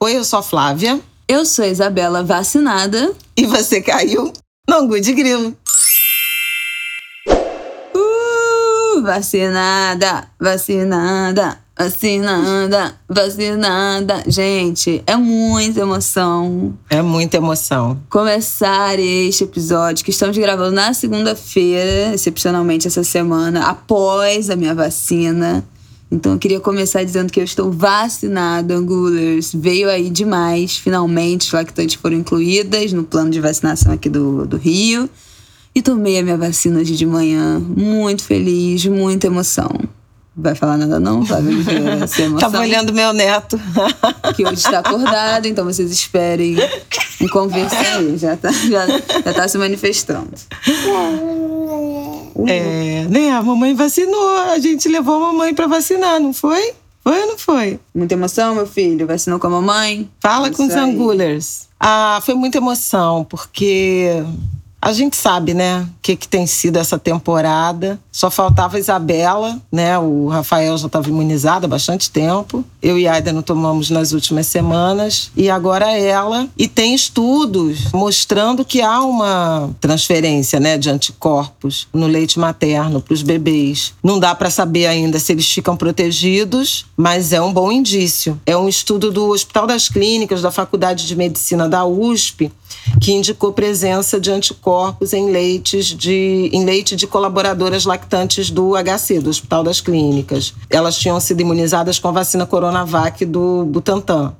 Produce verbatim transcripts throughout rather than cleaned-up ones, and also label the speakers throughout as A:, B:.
A: Oi, eu sou a Flávia.
B: Eu sou a Isabela, vacinada.
A: E você caiu no angu de grilo.
B: Uh, vacinada, vacinada, vacinada, vacinada. Gente, é muita emoção.
A: É muita emoção.
B: Começar este episódio que estamos gravando na segunda-feira, excepcionalmente essa semana, após a minha vacina. Então, eu queria começar dizendo que eu estou vacinada, Angulers. Veio aí demais, finalmente, as lactantes foram incluídas no plano de vacinação aqui do, do Rio. E tomei a minha vacina hoje de manhã, muito feliz, muita emoção. Vai falar nada não, Flávia Oliveira? Essa emoção.
A: Tava olhando meu neto.
B: Que hoje está acordado, então vocês esperem um conversa aí. Já tá, já, já tá se manifestando.
A: É, né? A mamãe vacinou. A gente levou a mamãe pra vacinar, não foi? Foi ou não foi?
B: Muita emoção, meu filho? Vacinou com a mamãe?
A: Fala
B: Isso
A: com os
B: aí.
A: Angulers. Ah, foi muita emoção, porque a gente sabe, né, o que, que tem sido essa temporada. Só faltava a Isabela, né? O Rafael já estava imunizado há bastante tempo. Eu e a Aida não tomamos nas últimas semanas. E agora ela. E tem estudos mostrando que há uma transferência, né, de anticorpos no leite materno para os bebês. Não dá para saber ainda se eles ficam protegidos, mas é um bom indício. É um estudo do Hospital das Clínicas, da Faculdade de Medicina da U S P, que indicou presença de anticorpos em, leites de, em leite de colaboradoras lactantes do H C, do Hospital das Clínicas. Elas tinham sido imunizadas com a vacina Coronavac do Butantan.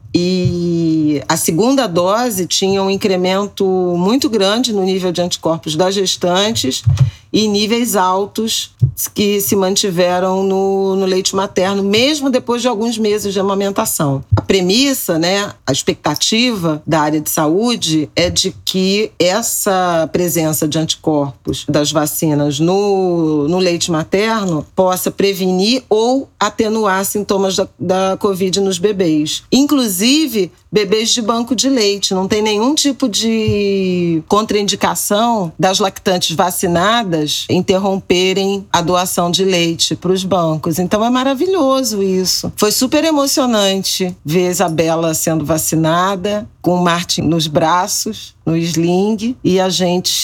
A: E a segunda dose tinha um incremento muito grande no nível de anticorpos das gestantes e níveis altos que se mantiveram no, no leite materno, mesmo depois de alguns meses de amamentação. A premissa, né, a expectativa da área de saúde é de que essa presença de anticorpos das vacinas no, no leite materno possa prevenir ou atenuar sintomas da, da Covid nos bebês. Inclusive, bebês de banco de leite. Não tem nenhum tipo de contraindicação das lactantes vacinadas interromperem a doação de leite para os bancos. Então é maravilhoso isso. Foi super emocionante ver a Isabela sendo vacinada, com o Martin nos braços, no sling, e a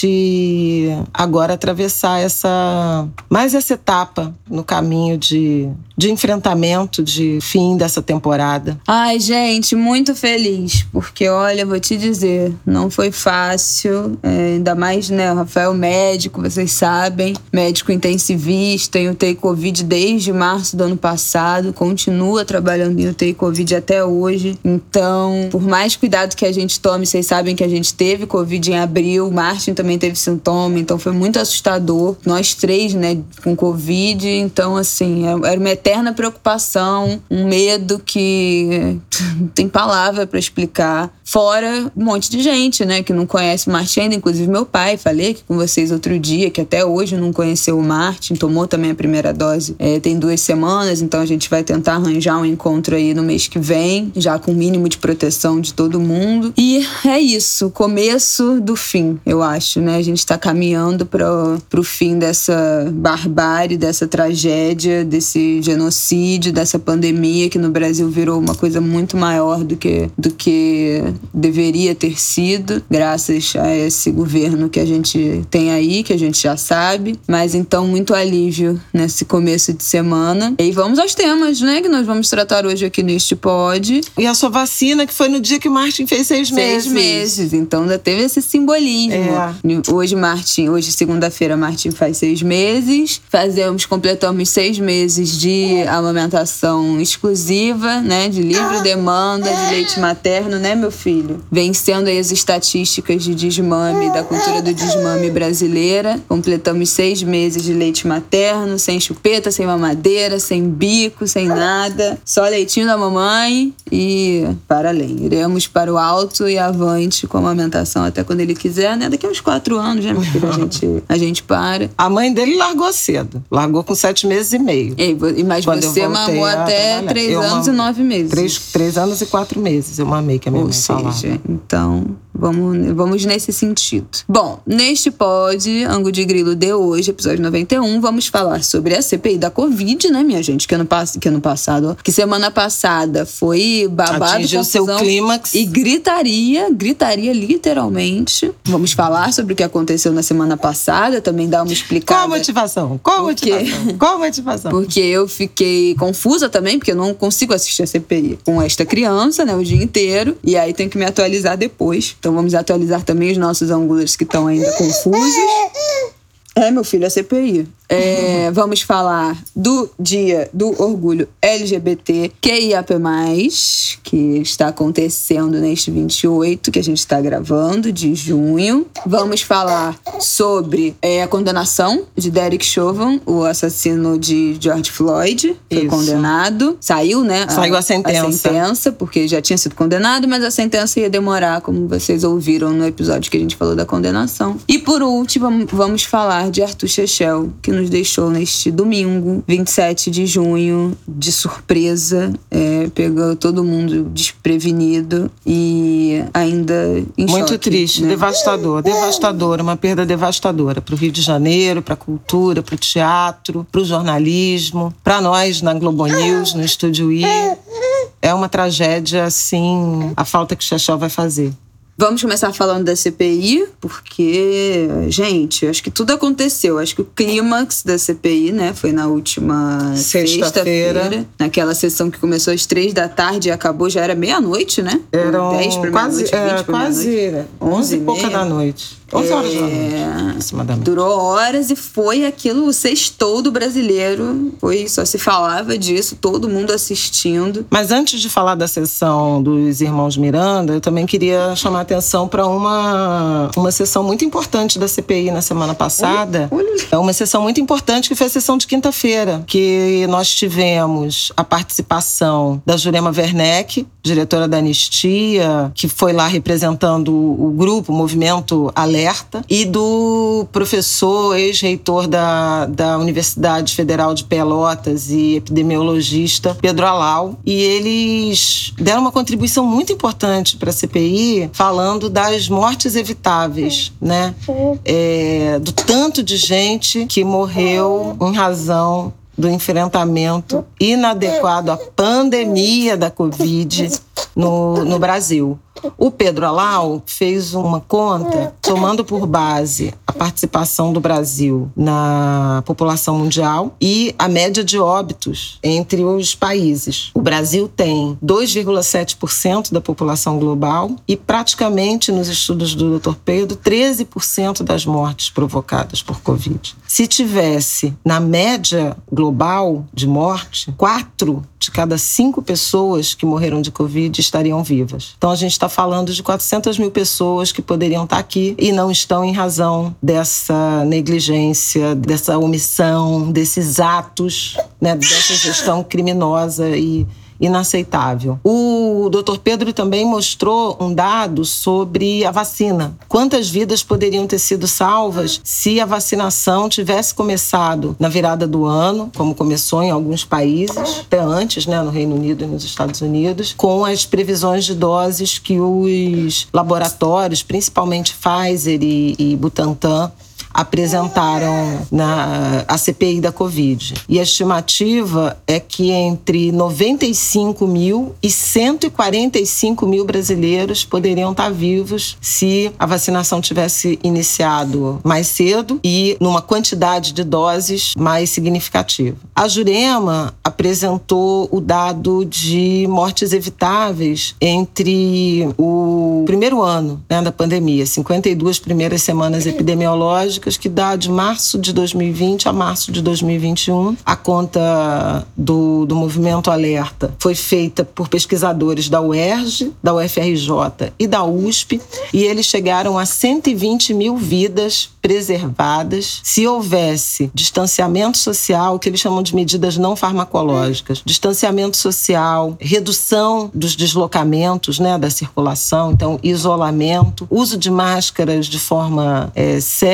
A: gente agora atravessar essa, mais essa etapa no caminho de, de enfrentamento, de fim dessa temporada.
B: Ai, gente, muito feliz, porque, olha, vou te dizer, não foi fácil, é, ainda mais, né, o Rafael médico, vocês sabem, médico intensivista em U T I Covid desde março do ano passado, continua trabalhando em U T I Covid até hoje, então, por mais cuidado que a gente tome, vocês sabem que a gente teve Covid em abril, Martin também teve sintoma, então foi muito assustador, nós três, né, com Covid, então, assim, era uma eterna preocupação, um medo que não tem palavra para explicar. Fora um monte de gente, né, que não conhece o Martin ainda, inclusive meu pai. Falei aqui com vocês outro dia que até hoje não conheceu o Martin, tomou também a primeira dose. É, tem duas semanas, então a gente vai tentar arranjar um encontro aí no mês que vem, já com o mínimo de proteção de todo mundo. E é isso, começo do fim, eu acho, né? A gente tá caminhando para pro fim dessa barbárie, dessa tragédia, desse genocídio, dessa pandemia que no Brasil virou uma coisa muito maior do que, do que deveria ter sido, graças a esse governo que a gente tem aí, que a gente já sabe. Mas então, muito alívio nesse começo de semana. E vamos aos temas, né, que nós vamos tratar hoje aqui neste pod.
A: E a sua vacina, que foi no dia que o Martin fez seis meses.
B: Seis meses, então ainda teve esse simbolismo. É. Hoje, Martin, hoje, segunda-feira, Martin faz seis meses. Fazemos, completamos seis meses de amamentação exclusiva, né, de livre demanda de leite materno, né, meu filho? Vencendo aí as estatísticas de desmame, da cultura do desmame brasileira. Completamos seis meses de leite materno, sem chupeta, sem mamadeira, sem bico, sem nada. Só leitinho da mamãe e para além. Iremos para o alto e avante com a amamentação até quando ele quiser, né? Daqui a uns quatro anos, né, meu filho? A gente, a gente para.
A: A mãe dele largou cedo. Largou com sete meses e meio.
B: Ei, mas quando você mamou até três anos e nove meses.
A: Três, três anos e quatro meses eu mamei, que a minha
B: Ou
A: mãe
B: seja,
A: falava.
B: então, Vamos, vamos nesse sentido. Bom, neste pod, Ângulo de Grilo de hoje, episódio noventa e um, vamos falar sobre a C P I da Covid, né, minha gente? Que ano, que ano passado, que semana passada foi babado,
A: atingiu seu clímax
B: e gritaria, gritaria literalmente. Vamos falar sobre o que aconteceu na semana passada, também dar uma explicada.
A: Qual a motivação? Qual a motivação? Qual a motivação?
B: Porque eu fiquei confusa também, porque eu não consigo assistir a C P I com esta criança, né, o dia inteiro, e aí tenho que me atualizar depois. Então vamos atualizar também os nossos angulers que estão ainda confusos. É, meu filho, a C P I. É, vamos falar do Dia do Orgulho L G B T Q I A P mais, que está acontecendo neste vinte e oito, que a gente está gravando, de junho. Vamos falar sobre é, a condenação de Derek Chauvin, o assassino de George Floyd. Foi Isso. condenado. Saiu, né? A,
A: Saiu a sentença.
B: A sentença, porque já tinha sido condenado, mas a sentença ia demorar, como vocês ouviram no episódio que a gente falou da condenação. E por último, vamos falar de Arthur Shechel, que nos deixou neste domingo, vinte e sete de junho, de surpresa, é, pegou todo mundo desprevenido e ainda em
A: Muito
B: choque,
A: triste,
B: né?
A: devastador, devastador, uma perda devastadora para o Rio de Janeiro, para a cultura, para o teatro, para o jornalismo, para nós na Globo News, no Estúdio I. É uma tragédia, assim, a falta que o Shechel vai fazer.
B: Vamos começar falando da C P I, porque, gente, acho que tudo aconteceu. Acho que o clímax da C P I, né, foi na última sexta-feira. Sexta naquela sessão que começou às três da tarde e acabou, já era meia-noite, né?
A: Eram
B: dez para
A: quase,
B: meia-noite,
A: é,
B: vinte para
A: quase
B: meia-noite.
A: onze e pouca da noite. onze horas da noite, aproximadamente.
B: Durou horas e foi aquilo, o sextou do brasileiro. Foi, só se falava disso, todo mundo assistindo.
A: Mas antes de falar da sessão dos irmãos Miranda, eu também queria chamar atenção para uma, uma sessão muito importante da C P I na semana passada.
B: Olha, olha.
A: É uma sessão muito importante que foi a sessão de quinta-feira, que nós tivemos a participação da Jurema Werneck, diretora da Anistia, que foi lá representando o grupo, o movimento Alerta, e do professor, ex-reitor da, da Universidade Federal de Pelotas e epidemiologista Pedro Alau. E eles deram uma contribuição muito importante para a C P I, falando das mortes evitáveis, né? É, do tanto de gente que morreu em razão do enfrentamento inadequado à pandemia da Covid no, no Brasil. O Pedro Alau fez uma conta tomando por base a participação do Brasil na população mundial e a média de óbitos entre os países. O Brasil tem dois vírgula sete por cento da população global e praticamente, nos estudos do doutor Pedro, treze por cento das mortes provocadas por Covid. Se tivesse na média global de morte, quatro de cada cinco pessoas que morreram de Covid estariam vivas. Então a gente está falando de quatrocentas mil pessoas que poderiam estar aqui e não estão em razão dessa negligência, dessa omissão, desses atos, né, dessa gestão criminosa e inaceitável. O doutor Pedro também mostrou um dado sobre a vacina. Quantas vidas poderiam ter sido salvas se a vacinação tivesse começado na virada do ano, como começou em alguns países, até antes, né, no Reino Unido e nos Estados Unidos, com as previsões de doses que os laboratórios, principalmente Pfizer e, e Butantan, apresentaram na a C P I da Covid. E a estimativa é que entre noventa e cinco mil e cento e quarenta e cinco mil brasileiros poderiam estar vivos se a vacinação tivesse iniciado mais cedo e numa quantidade de doses mais significativa. A Jurema apresentou o dado de mortes evitáveis entre o primeiro ano, né, da pandemia, cinquenta e duas primeiras semanas epidemiológicas, que dá de março de dois mil e vinte a março de dois mil e vinte e um. A conta do, do Movimento Alerta foi feita por pesquisadores da U E R J, da U F R J e da U S P, e eles chegaram a cento e vinte mil vidas preservadas se houvesse distanciamento social, que eles chamam de medidas não farmacológicas, distanciamento social, redução dos deslocamentos, né, da circulação, então isolamento, uso de máscaras de forma é, séria,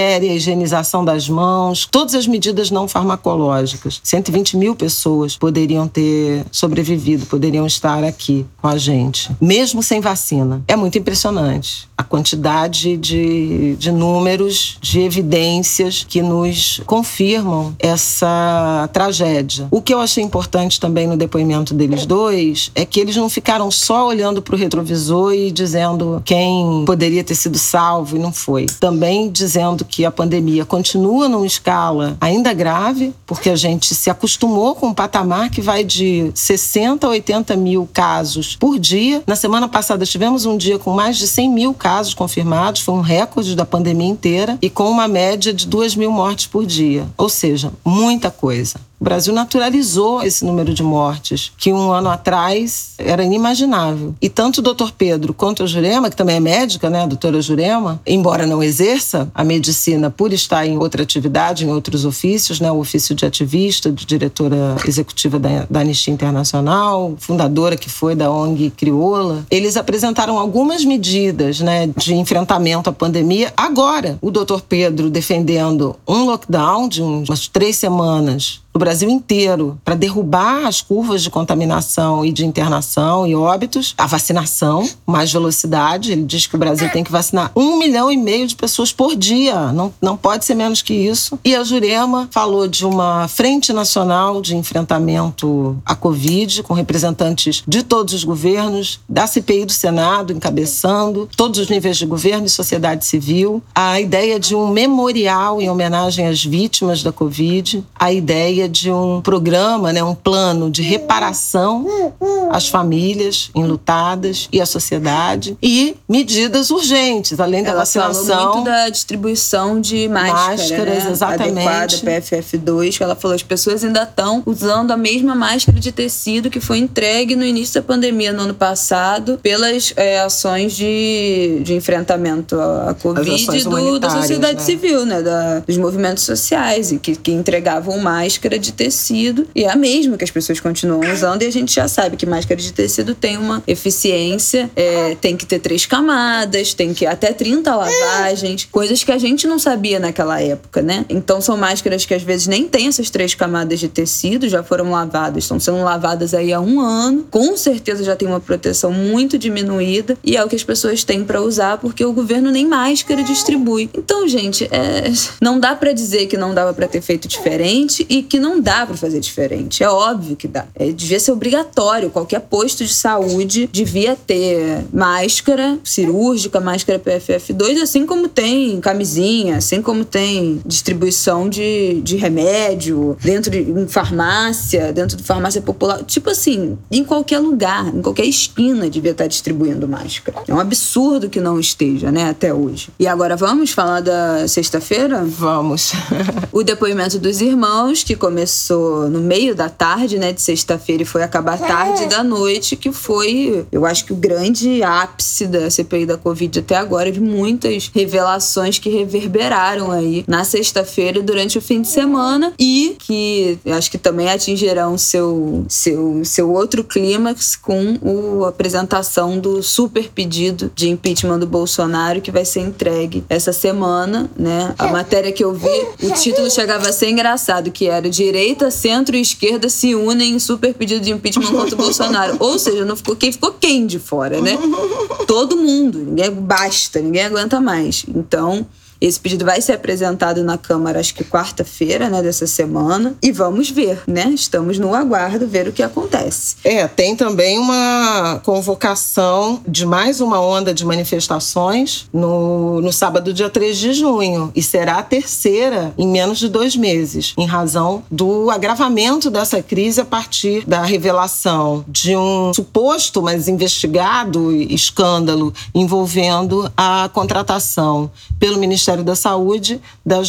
A: higienização das mãos, todas as medidas não farmacológicas. cento e vinte mil pessoas poderiam ter sobrevivido, poderiam estar aqui com a gente, mesmo sem vacina. É muito impressionante a quantidade de, de números, de evidências que nos confirmam essa tragédia. O que eu achei importante também no depoimento deles dois é que eles não ficaram só olhando para o retrovisor e dizendo quem poderia ter sido salvo e não foi. Também dizendo que a pandemia continua numa escala ainda grave, porque a gente se acostumou com um patamar que vai de sessenta a oitenta mil casos por dia. Na semana passada tivemos um dia com mais de cem mil casos confirmados, foi um recorde da pandemia inteira, e com uma média de duas mil mortes por dia. Ou seja, muita coisa. O Brasil naturalizou esse número de mortes, que um ano atrás era inimaginável. E tanto o doutor Pedro quanto a Jurema, que também é médica, né, a doutora Jurema, embora não exerça a medicina por estar em outra atividade, em outros ofícios, né, o ofício de ativista, de diretora executiva da, da Anistia Internacional, fundadora que foi da O N G Crioula, eles apresentaram algumas medidas, né, de enfrentamento à pandemia. Agora, o doutor Pedro defendendo um lockdown de umas três semanas no Brasil inteiro, para derrubar as curvas de contaminação e de internação e óbitos, a vacinação, mais velocidade. Ele diz que o Brasil tem que vacinar um milhão e meio de pessoas por dia, não, não pode ser menos que isso. E a Jurema falou de uma frente nacional de enfrentamento à Covid, com representantes de todos os governos, da C P I do Senado encabeçando, todos os níveis de governo e sociedade civil, a ideia de um memorial em homenagem às vítimas da Covid, a ideia de um programa, né, um plano de reparação às famílias enlutadas e à sociedade, e medidas urgentes, além da
B: Ela
A: vacinação.
B: Falou muito da distribuição de máscara,
A: máscaras,
B: né?
A: exatamente.
B: Adequada, P F F dois, que ela falou, as pessoas ainda estão usando a mesma máscara de tecido que foi entregue no início da pandemia no ano passado pelas é, ações de, de enfrentamento à Covid do, da sociedade, né, civil, né? Da, dos movimentos sociais, e que, que entregavam máscara de tecido, e é a mesma que as pessoas continuam usando, e a gente já sabe que máscara de tecido tem uma eficiência, é, tem que ter três camadas, tem que até trinta lavagens, coisas que a gente não sabia naquela época, né? Então são máscaras que às vezes nem tem essas três camadas de tecido, já foram lavadas, estão sendo lavadas aí há um ano, com certeza já tem uma proteção muito diminuída, e é o que as pessoas têm para usar, porque o governo nem máscara distribui. Então, gente, é, não dá para dizer que não dava para ter feito diferente e que não dá para fazer diferente. É óbvio que dá. É, devia ser obrigatório. Qualquer posto de saúde devia ter máscara cirúrgica, máscara P F F dois, assim como tem camisinha, assim como tem distribuição de, de remédio dentro de em farmácia, dentro de farmácia popular. Tipo assim, em qualquer lugar, em qualquer esquina devia estar distribuindo máscara. É um absurdo que não esteja, né, até hoje. E agora vamos falar da sexta-feira?
A: Vamos.
B: O depoimento dos irmãos, que começou no meio da tarde, né, de sexta-feira, e foi acabar tarde da noite, que foi, eu acho que o grande ápice da C P I da Covid até agora, de muitas revelações que reverberaram aí na sexta-feira e durante o fim de semana, e que eu acho que também atingirão seu, seu, seu outro clímax com a apresentação do super pedido de impeachment do Bolsonaro, que vai ser entregue essa semana, né? A matéria que eu vi, o título chegava a ser engraçado, que era direita, centro e esquerda se unem em super pedido de impeachment contra o Bolsonaro. Ou seja, não ficou quem ficou quem de fora, né? Todo mundo. Ninguém basta, ninguém aguenta mais. Então, esse pedido vai ser apresentado na Câmara, acho que quarta-feira, né, dessa semana. E vamos ver, né? Estamos no aguardo, ver o que acontece.
A: É, tem também uma convocação de mais uma onda de manifestações no, no sábado, dia três de junho. E será a terceira em menos de dois meses, em razão do agravamento dessa crise a partir da revelação de um suposto, mas investigado escândalo envolvendo a contratação pelo Ministério da Saúde das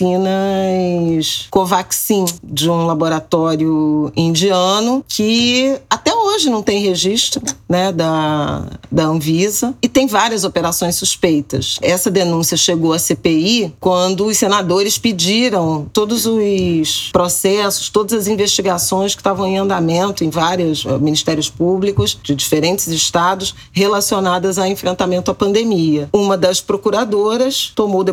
A: vacinas Covaxin, de um laboratório indiano que até hoje não tem registro, né, da, da Anvisa, e tem várias operações suspeitas. Essa denúncia chegou à C P I quando os senadores pediram todos os processos, todas as investigações que estavam em andamento em vários ministérios públicos de diferentes estados relacionadas ao enfrentamento à pandemia. Uma das procuradoras tomou o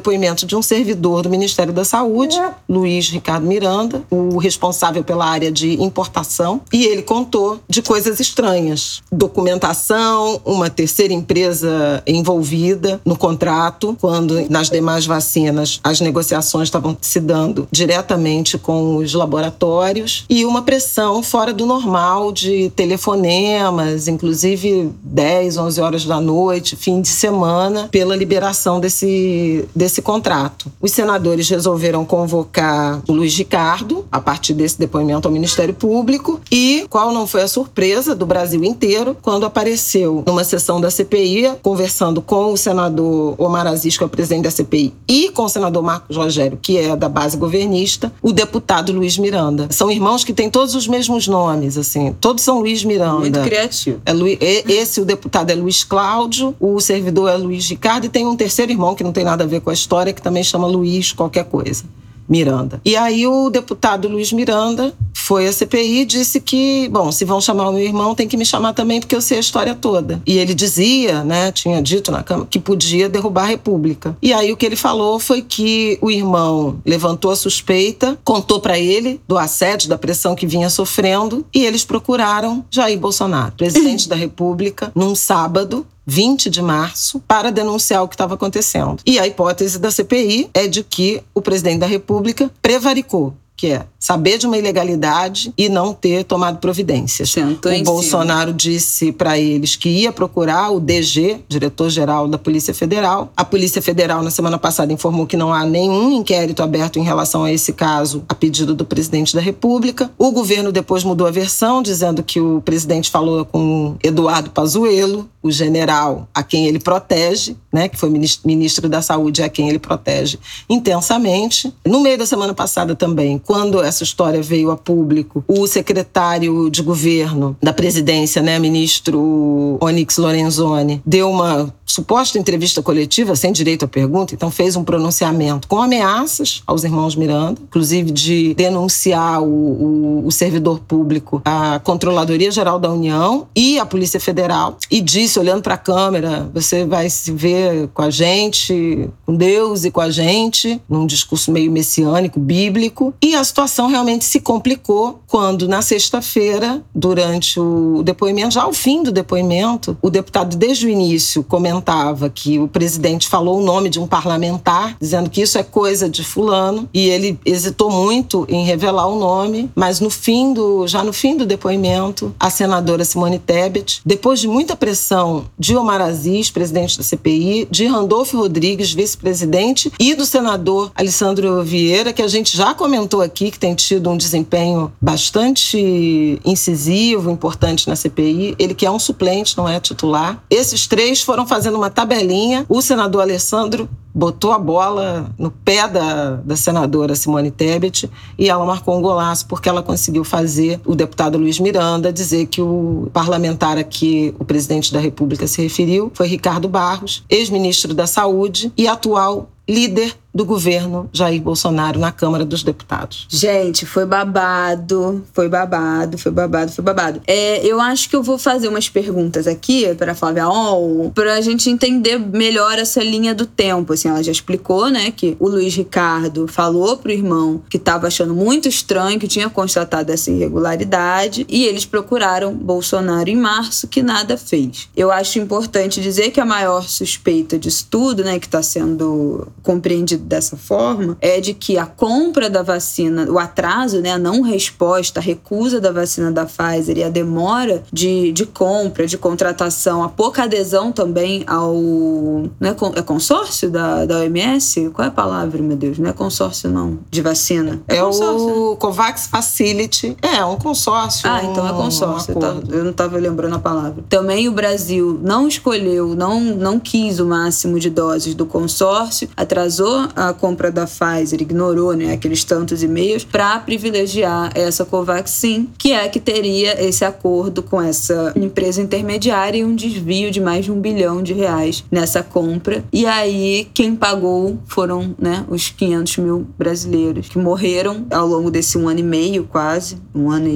A: depoimento de um servidor do Ministério da Saúde, Luiz Ricardo Miranda, o responsável pela área de importação, e ele contou de coisas estranhas. Documentação, uma terceira empresa envolvida no contrato, quando nas demais vacinas as negociações estavam se dando diretamente com os laboratórios, e uma pressão fora do normal de telefonemas, inclusive dez, onze horas da noite, fim de semana, pela liberação desse, desse contrato. Os senadores resolveram convocar o Luiz Ricardo, a partir desse depoimento ao Ministério Público, e qual não foi a surpresa do Brasil inteiro, quando apareceu numa sessão da C P I, conversando com o senador Omar Aziz, que é o presidente da C P I, e com o senador Marcos Rogério, que é da base governista, o deputado Luiz Miranda. São irmãos que têm todos os mesmos nomes, assim, todos são Luiz Miranda.
B: Muito criativo.
A: É Lu... Esse, o deputado é Luiz Cláudio, o servidor é Luiz Ricardo, e tem um terceiro irmão que não tem nada a ver com a história, que também chama Luiz qualquer coisa. Miranda. E aí o deputado Luiz Miranda foi à C P I e disse que, bom, se vão chamar o meu irmão, tem que me chamar também, porque eu sei a história toda. E ele dizia, né, tinha dito na Câmara, que podia derrubar a República. E aí o que ele falou foi que o irmão levantou a suspeita, contou para ele do assédio, da pressão que vinha sofrendo, e eles procuraram Jair Bolsonaro, presidente da República, num sábado, vinte de março, para denunciar o que estava acontecendo. E a hipótese da C P I é de que o presidente da República prevaricou, que é saber de uma ilegalidade e não ter tomado providências.
B: Sentou
A: o Bolsonaro cima. Disse para eles que ia procurar o D G, diretor-geral da Polícia Federal. A Polícia Federal, na semana passada, informou que não há nenhum inquérito aberto em relação a esse caso, a pedido do presidente da República. O governo depois mudou a versão, dizendo que o presidente falou com Eduardo Pazuello, o general a quem ele protege, né, que foi ministro da Saúde, a quem ele protege intensamente. No meio da semana passada também, quando essa história veio a público, o secretário de governo da presidência, né, ministro Onyx Lorenzoni, deu uma suposta entrevista coletiva, sem direito à pergunta, então fez um pronunciamento com ameaças aos irmãos Miranda, inclusive de denunciar o, o, o servidor público, a Controladoria Geral da União e a Polícia Federal, e disse, olhando para a câmera, você vai se ver com a gente, com Deus e com a gente, num discurso meio messiânico, bíblico. E a situação realmente se complicou quando, na sexta-feira, durante o depoimento, já ao fim do depoimento, o deputado, desde o início, comentava que o presidente falou o nome de um parlamentar, dizendo que isso é coisa de fulano, e ele hesitou muito em revelar o nome, mas no fim do, já no fim do depoimento, a senadora Simone Tebet, depois de muita pressão de Omar Aziz, presidente da C P I, de Randolfo Rodrigues, vice-presidente, e do senador Alessandro Vieira, que a gente já comentou aqui, que tem tido um desempenho bastante incisivo, importante na C P I, ele que é um suplente, não é titular. Esses três foram fazendo uma tabelinha, o senador Alessandro botou a bola no pé da, da senadora Simone Tebet e ela marcou um golaço porque ela conseguiu fazer o deputado Luiz Miranda dizer que o parlamentar a que o presidente da República se referiu foi Ricardo Barros, ex-ministro da Saúde e atual líder do governo Jair Bolsonaro na Câmara dos Deputados.
B: Gente, foi babado, foi babado, foi babado, foi babado. É, eu acho que eu vou fazer umas perguntas aqui para a Flávia On, para a gente entender melhor essa linha do tempo. Assim, ela já explicou, né, que o Luiz Ricardo falou pro irmão que estava achando muito estranho, que tinha constatado essa irregularidade, e eles procuraram Bolsonaro em março, que nada fez. Eu acho importante dizer que a maior suspeita disso tudo, né, que está sendo compreendido dessa forma, é de que a compra da vacina, o atraso, né, a não resposta, a recusa da vacina da Pfizer e a demora de, de compra, de contratação, a pouca adesão também ao... Não é, é consórcio da, da O M S? Qual é a palavra, meu Deus? Não é consórcio, não. De vacina.
A: É, é o COVAX Facility. É, um consórcio.
B: Ah, então é consórcio.
A: Um
B: eu, eu não estava lembrando a palavra. Também o Brasil não escolheu, não, não quis o máximo de doses do consórcio, atrasou a compra da Pfizer, ignorou, né, aqueles tantos e-mails para privilegiar essa Covaxin, que é a que teria esse acordo com essa empresa intermediária e um desvio de mais de um bilhão de reais nessa compra. E aí quem pagou foram, né, os quinhentos mil brasileiros que morreram ao longo desse um ano e meio, quase, um ano e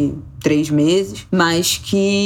B: três meses, mas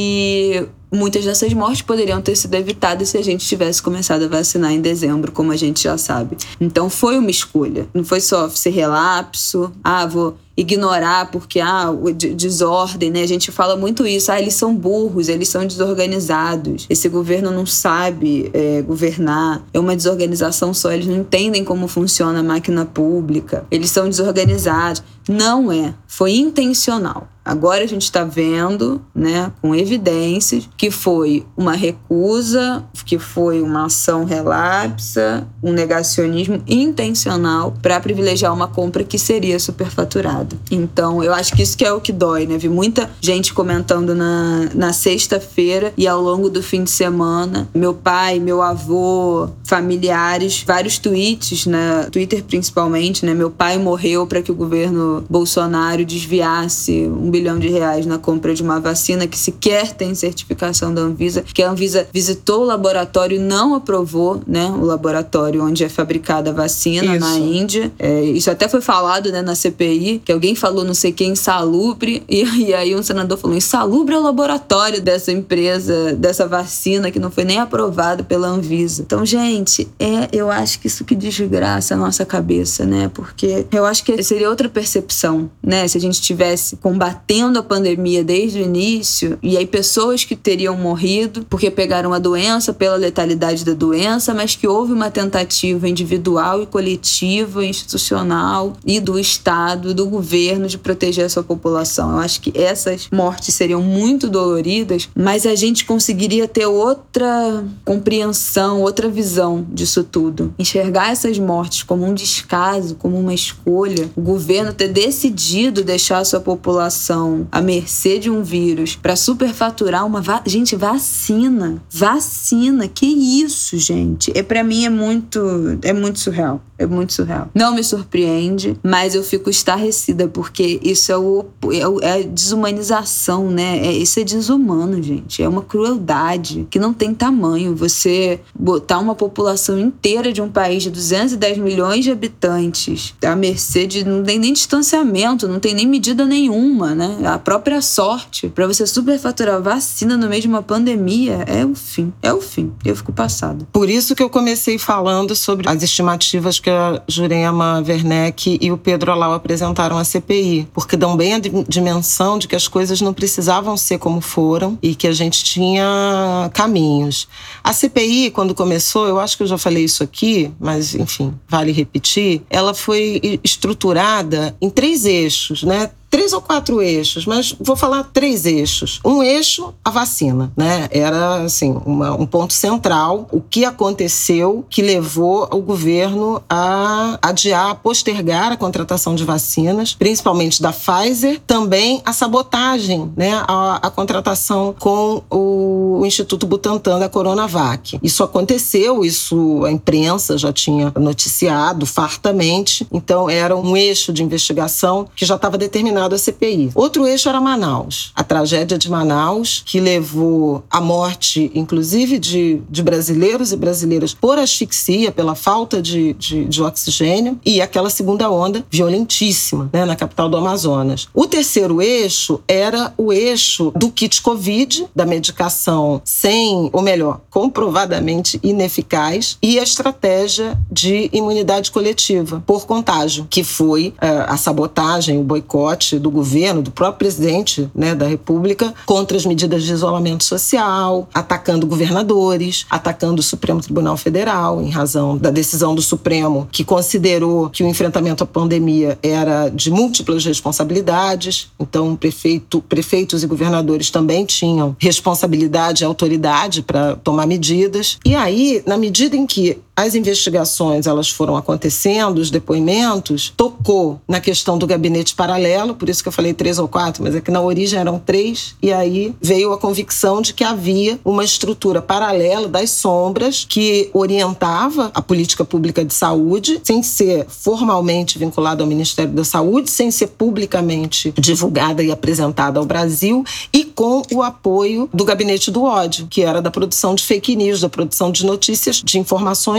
B: que muitas dessas mortes poderiam ter sido evitadas se a gente tivesse começado a vacinar em dezembro, como a gente já sabe. Então foi uma escolha. Não foi só ser relapso, ah, vou ignorar porque, ah, desordem, né? A gente fala muito isso, ah, eles são burros, eles são desorganizados, esse governo não sabe é, governar, é uma desorganização só, eles não entendem como funciona a máquina pública, eles são desorganizados. Não é, foi intencional. Agora a gente está vendo, né, com evidências, que foi uma recusa, que foi uma ação relapsa, um negacionismo intencional para privilegiar uma compra que seria superfaturada. Então, eu acho que isso que é o que dói, né? Vi muita gente comentando na, na sexta-feira e ao longo do fim de semana. Meu pai, meu avô, familiares, vários tweets, né? Twitter principalmente, né? Meu pai morreu para que o governo Bolsonaro desviasse um bilhão de reais na compra de uma vacina que sequer tem certificação da Anvisa, que a Anvisa visitou o laboratório e não aprovou, né? O laboratório onde é fabricada a vacina, isso. Na Índia. É, isso até foi falado, né, na C P I, que alguém falou não sei quem, insalubre, e, e aí um senador falou, insalubre é o laboratório dessa empresa, dessa vacina que não foi nem aprovada pela Anvisa. Então, gente, é, eu acho que isso que desgraça a nossa cabeça, né? Porque eu acho que seria outra percepção, né? Se a gente estivesse combatendo a pandemia desde o início, e aí pessoas que teriam morrido porque pegaram a doença, pela letalidade da doença, mas que houve uma tentativa individual e coletiva, institucional e do Estado, do governo, de proteger a sua população. Eu acho que essas mortes seriam muito doloridas, mas a gente conseguiria ter outra compreensão, outra visão disso tudo. Enxergar essas mortes como um descaso, como uma escolha, o governo ter decidido deixar a sua população à mercê de um vírus para superfaturar uma... Va- gente, vacina. Vacina. Que isso, gente? É, pra mim é muito... É muito surreal. É muito surreal. Não me surpreende, mas eu fico estarrecida porque isso é, o, é, o, é a desumanização, né? É, isso é desumano, gente. É uma crueldade que não tem tamanho. Você botar uma população inteira de um país de duzentos e dez milhões de habitantes à mercê de... Não tem nem distanciamento, não tem nem medida nenhuma, né? A própria sorte. Pra você superfaturar vacina no meio de uma pandemia é o fim. É o fim. Eu fico passada.
A: Por isso que eu comecei falando sobre as estimativas que a Jurema Werneck e o Pedro Alau apresentaram à C P I, porque dão bem a dimensão de que as coisas não precisavam ser como foram e que a gente tinha caminhos. A C P I, quando começou, eu acho que eu já falei isso aqui, mas, enfim, vale repetir, ela foi estruturada em três eixos, né? Três ou quatro eixos, mas vou falar três eixos. Um eixo, a vacina, né? Era, assim, uma, um ponto central. O que aconteceu que levou o governo a adiar, a postergar a contratação de vacinas, principalmente da Pfizer, também a sabotagem, né? A, a contratação com o, o Instituto Butantan da Coronavac. Isso aconteceu, isso a imprensa já tinha noticiado fartamente. Então, era um eixo de investigação que já estava determinado a C P I. Outro eixo era Manaus. A tragédia de Manaus, que levou à morte, inclusive, de, de brasileiros e brasileiras por asfixia, pela falta de, de, de oxigênio, e aquela segunda onda violentíssima, né, na capital do Amazonas. O terceiro eixo era o eixo do kit Covid, da medicação sem, ou melhor, comprovadamente ineficaz, e a estratégia de imunidade coletiva por contágio, que foi uh, a sabotagem, o boicote do governo, do próprio presidente, né, da República, contra as medidas de isolamento social, atacando governadores, atacando o Supremo Tribunal Federal, em razão da decisão do Supremo, que considerou que o enfrentamento à pandemia era de múltiplas responsabilidades. Então, prefeito, prefeitos e governadores também tinham responsabilidade e autoridade para tomar medidas. E aí, na medida em que as investigações elas foram acontecendo, os depoimentos, tocou na questão do gabinete paralelo, por isso que eu falei três ou quatro, mas é que na origem eram três, e aí veio a convicção de que havia uma estrutura paralela das sombras que orientava a política pública de saúde, sem ser formalmente vinculada ao Ministério da Saúde, sem ser publicamente divulgada e apresentada ao Brasil, e com o apoio do gabinete do ódio, que era da produção de fake news, da produção de notícias, de informações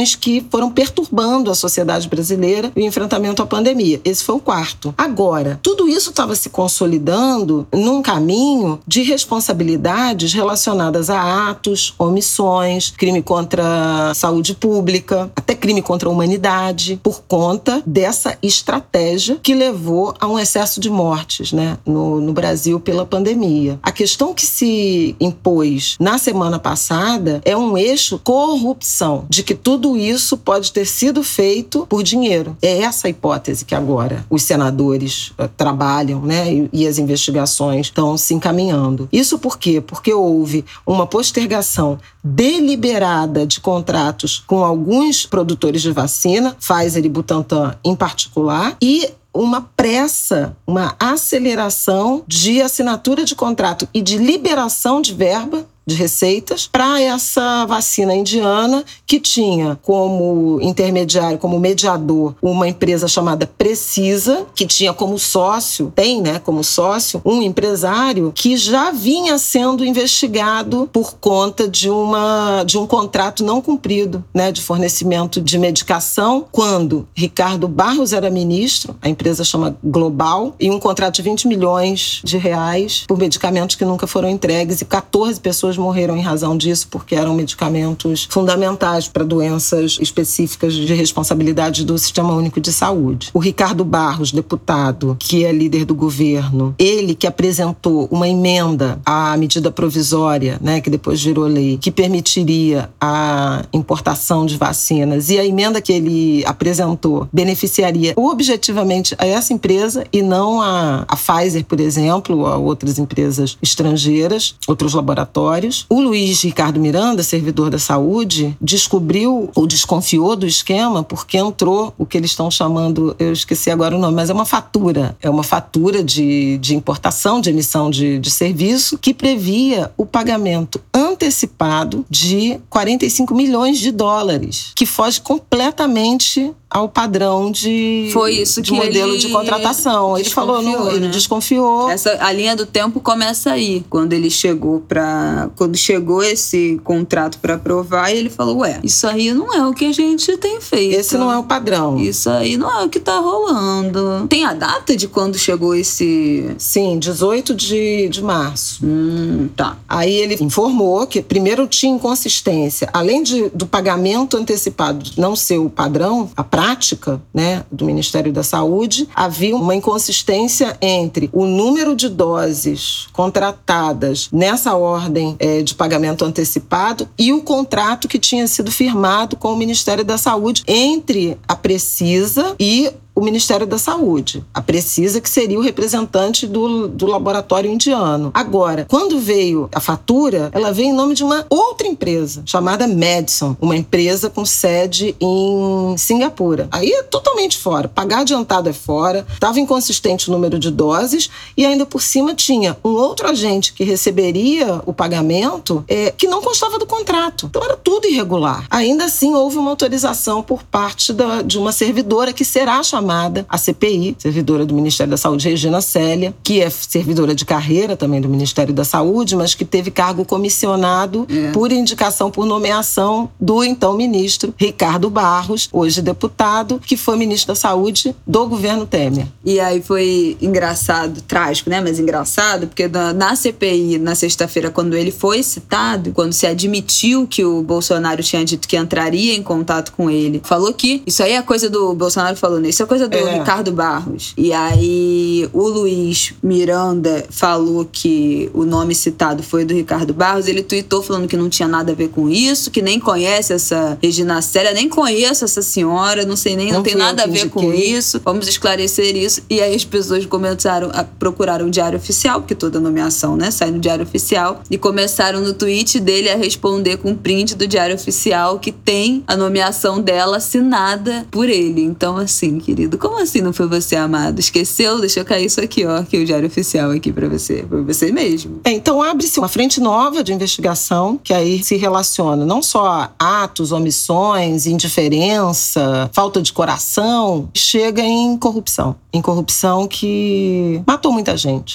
A: questões que foram perturbando a sociedade brasileira e o enfrentamento à pandemia. Esse foi o quarto. Agora, tudo isso estava se consolidando num caminho de responsabilidades relacionadas a atos, omissões, crime contra a saúde pública, até crime contra a humanidade, por conta dessa estratégia que levou a um excesso de mortes, né, no, no Brasil pela pandemia. A questão que se impôs na semana passada é um eixo corrupção, de que tudo isso pode ter sido feito por dinheiro. É essa a hipótese que agora os senadores uh, trabalham, né, e, e as investigações estão se encaminhando. Isso por quê? Porque houve uma postergação deliberada de contratos com alguns produtores de vacina, Pfizer e Butantan em particular, e uma pressa, uma aceleração de assinatura de contrato e de liberação de verba, de receitas, para essa vacina indiana, que tinha como intermediário, como mediador, uma empresa chamada Precisa, que tinha como sócio, tem, né, como sócio, um empresário que já vinha sendo investigado por conta de, uma, de um contrato não cumprido, né, de fornecimento de medicação, quando Ricardo Barros era ministro, a empresa chama Global, e um contrato de vinte milhões de reais por medicamentos que nunca foram entregues, e quatorze pessoas morreram em razão disso, porque eram medicamentos fundamentais para doenças específicas de responsabilidade do Sistema Único de Saúde. O Ricardo Barros, deputado, que é líder do governo, ele que apresentou uma emenda à medida provisória, né, que depois virou lei, que permitiria a importação de vacinas, e a emenda que ele apresentou beneficiaria objetivamente a essa empresa e não a, a Pfizer, por exemplo, ou a outras empresas estrangeiras, outros laboratórios. O Luiz Ricardo Miranda, servidor da saúde, descobriu ou desconfiou do esquema porque entrou o que eles estão chamando, eu esqueci agora o nome, mas é uma fatura. É uma fatura de, de importação, de emissão de, de serviço, que previa o pagamento antecipado de quarenta e cinco milhões de dólares, que foge completamente ao padrão de,
B: Foi isso
A: de
B: que
A: modelo
B: ele
A: de contratação. Ele falou, não, ele
B: né?
A: desconfiou.
B: Essa, a linha do tempo começa aí, quando ele chegou para, quando chegou esse contrato para aprovar, e ele falou, ué, isso aí não é o que a gente tem feito.
A: Esse não é o padrão.
B: Isso aí não é o que tá rolando. Tem a data de quando chegou esse...
A: Sim, dezoito de, de março.
B: Hum, tá.
A: Aí ele informou que primeiro tinha inconsistência. Além de, do pagamento antecipado não ser o padrão, a prática, né, do Ministério da Saúde, havia uma inconsistência entre o número de doses contratadas nessa ordem é, de pagamento antecipado e o contrato que tinha sido firmado com o Ministério da Saúde entre a Precisa e o Ministério da Saúde. A Precisa, que seria o representante do, do laboratório indiano. Agora, quando veio a fatura, ela veio em nome de uma outra empresa, chamada Madison, uma empresa com sede em Singapura. Aí é totalmente fora. Pagar adiantado é fora, estava inconsistente o número de doses e ainda por cima tinha um outro agente que receberia o pagamento é, que não constava do contrato. Então era tudo irregular. Ainda assim, houve uma autorização por parte da, de uma servidora que será chamada a C P I, servidora do Ministério da Saúde, Regina Célia, que é servidora de carreira também do Ministério da Saúde, mas que teve cargo comissionado é. por indicação, por nomeação do então ministro Ricardo Barros, hoje deputado, que foi ministro da Saúde do governo Temer.
B: E aí foi engraçado, trágico, né? Mas engraçado, porque na C P I, na sexta-feira, quando ele foi citado, quando se admitiu que o Bolsonaro tinha dito que entraria em contato com ele, falou que isso aí é coisa do Bolsonaro falou, né? Isso é coisa do é. Ricardo Barros. E aí o Luiz Miranda falou que o nome citado foi do Ricardo Barros. Ele tuitou falando que não tinha nada a ver com isso, que nem conhece essa Regina Célia, nem conheço essa senhora, não sei nem, não, não tem nada a ver com isso. Vamos esclarecer isso. E aí as pessoas começaram a procurar o Diário Oficial, porque toda nomeação, né, sai no Diário Oficial, e começaram no tweet dele a responder com um print do Diário Oficial que tem a nomeação dela assinada por ele. Então, assim, querido, como assim não foi você, amado? Esqueceu? Deixa eu cair isso aqui, ó, aqui o Diário Oficial aqui pra você. Foi você mesmo.
A: É, então abre-se uma frente nova de investigação que aí se relaciona não só a atos, omissões, indiferença, falta de coração, chega em corrupção. Em corrupção que matou muita gente.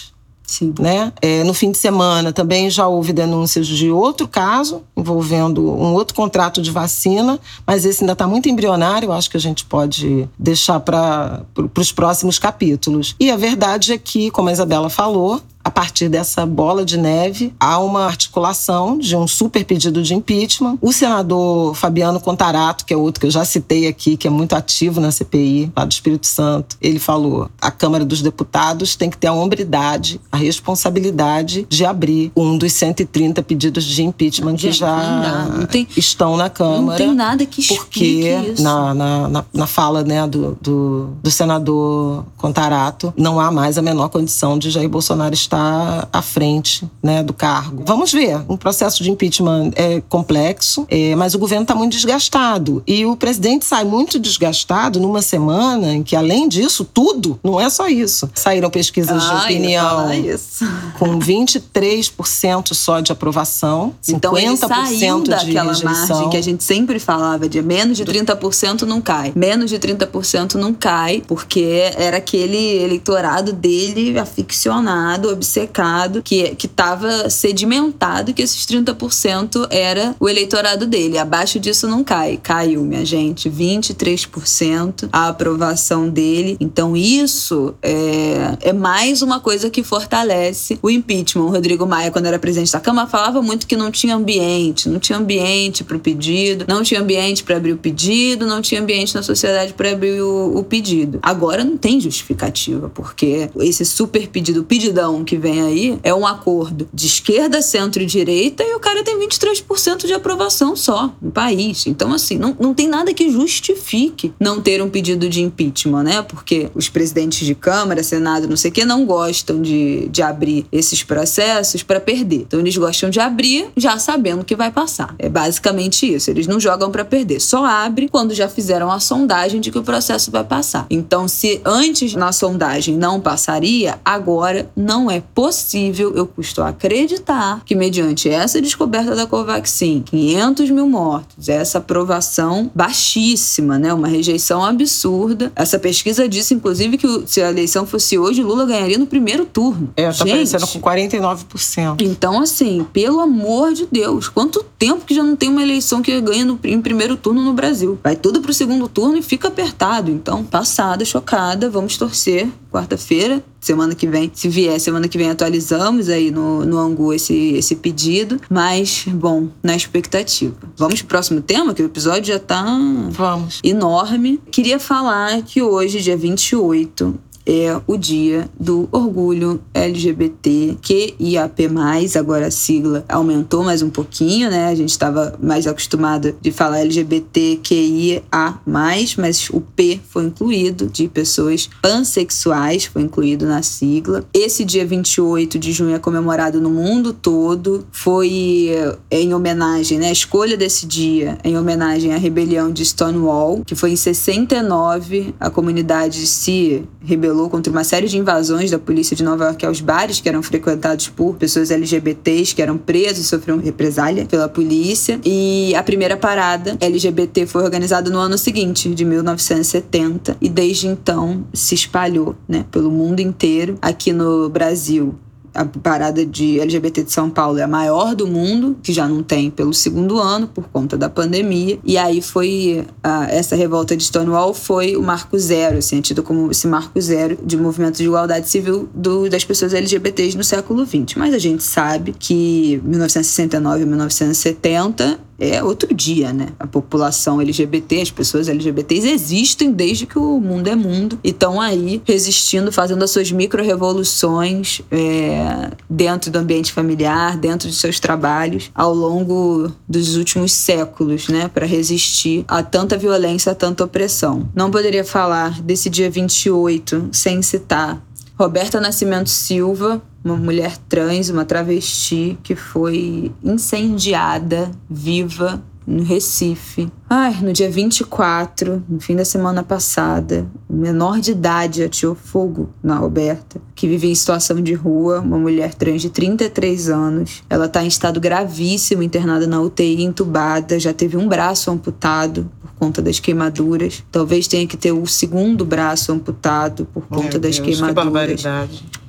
B: Sim.
A: Né? É, no fim de semana também já houve denúncias de outro caso envolvendo um outro contrato de vacina, mas esse ainda está muito embrionário, acho que a gente pode deixar para os próximos capítulos. E a verdade é que, como a Isabela falou, a partir dessa bola de neve, há uma articulação de um super pedido de impeachment. O senador Fabiano Contarato, que é outro que eu já citei aqui, que é muito ativo na C P I, lá do Espírito Santo, ele falou: a Câmara dos Deputados tem que ter a hombridade, a responsabilidade de abrir um dos cento e trinta pedidos de impeachment que
B: Gente,
A: já
B: não tem,
A: estão na Câmara.
B: Não tem nada que explique
A: porque
B: isso.
A: Na, na, na, na fala, né, do, do, do senador Contarato, não há mais a menor condição de Jair Bolsonaro estar à frente, né, do cargo. Vamos ver. Um processo de impeachment é complexo, é, mas o governo está muito desgastado. E o presidente sai muito desgastado numa semana em que, além disso, tudo, não é só isso. Saíram pesquisas
B: ah,
A: de opinião
B: isso.
A: com vinte e três por cento só de aprovação,
B: então,
A: cinquenta por cento
B: ele saiu
A: de
B: daquela
A: rejeição.
B: margem que a gente sempre falava de menos de trinta por cento não cai. Menos de trinta por cento não cai, porque era aquele eleitorado dele aficionado, obcecado, que que estava sedimentado, que esses trinta por cento era o eleitorado dele. Abaixo disso não cai. Caiu, minha gente, vinte e três por cento a aprovação dele. Então isso é, é mais uma coisa que fortalece o impeachment. O Rodrigo Maia, quando era presidente da Câmara, falava muito que não tinha ambiente, não tinha ambiente para o pedido, não tinha ambiente para abrir o pedido, não tinha ambiente na sociedade para abrir o, o pedido. Agora não tem justificativa, porque esse super pedido, o pedidão que vem aí, é um acordo de esquerda, centro e direita, e o cara tem vinte e três por cento de aprovação só no país. Então, assim, não, não tem nada que justifique não ter um pedido de impeachment, né? Porque os presidentes de Câmara, Senado, não sei o que, não gostam de, de abrir esses processos para perder. Então, eles gostam de abrir já sabendo que vai passar. É basicamente isso. Eles não jogam para perder. Só abre quando já fizeram a sondagem de que o processo vai passar. Então, se antes na sondagem não passaria, agora não é possível, eu custo acreditar que mediante essa descoberta da Covaxin, quinhentos mil mortos, essa aprovação baixíssima, né, uma rejeição absurda. Essa pesquisa disse, inclusive, que se a eleição fosse hoje, Lula ganharia no primeiro turno.
A: É, tá aparecendo com quarenta e nove por cento.
B: Então, assim, pelo amor de Deus, quanto tempo que já não tem uma eleição que ganha no, em primeiro turno no Brasil? Vai tudo pro segundo turno e fica apertado. Então, passada, chocada, vamos torcer. Quarta-feira, semana que vem, se vier, semana que vem atualizamos aí no, no Angu esse, esse pedido. Mas, bom, na expectativa. Vamos pro próximo tema, que o episódio já tá
A: Vamos.
B: enorme. Queria falar que hoje, dia vinte e oito, é o dia do orgulho L G B T Q I A P mais, agora a sigla aumentou mais um pouquinho, né? A gente estava mais acostumado de falar L G B T Q I A mais, mas o P foi incluído, de pessoas pansexuais, foi incluído na sigla. Esse dia vinte e oito de junho é comemorado no mundo todo, foi em homenagem, né? A escolha desse dia é em homenagem à rebelião de Stonewall, que foi em sessenta e nove, a comunidade se rebelou contra uma série de invasões da polícia de Nova York aos bares que eram frequentados por pessoas L G B Ts que eram presos e sofriam represália pela polícia. E a primeira parada L G B T foi organizada no ano seguinte, de mil novecentos e setenta, e desde então se espalhou, né, pelo mundo inteiro. Aqui no Brasil, a parada de L G B T de São Paulo é a maior do mundo, que já não tem pelo segundo ano, por conta da pandemia. E aí foi, a, essa revolta de Stonewall foi o marco zero, assim, é tido como esse marco zero de movimento de igualdade civil do, das pessoas L G B Ts no século vinte. Mas a gente sabe que mil novecentos e sessenta e nove e mil novecentos e setenta é outro dia, né? A população L G B T, as pessoas L G B Ts existem desde que o mundo é mundo e estão aí resistindo, fazendo as suas micro-revoluções é, dentro do ambiente familiar, dentro de seus trabalhos, ao longo dos últimos séculos, né? Para resistir a tanta violência, a tanta opressão. Não poderia falar desse dia vinte e oito sem citar Roberta Nascimento Silva, uma mulher trans, uma travesti que foi incendiada viva no Recife. Ai, no dia vinte e quatro, no fim da semana passada, um menor de idade ateou fogo na Roberta, que vive em situação de rua, uma mulher trans de trinta e três anos. Ela está em estado gravíssimo, internada na U T I, entubada, já teve um braço amputado por conta das queimaduras. Talvez tenha que ter o segundo braço amputado por conta
A: Meu
B: das
A: Deus,
B: queimaduras.
A: Que barbaridade.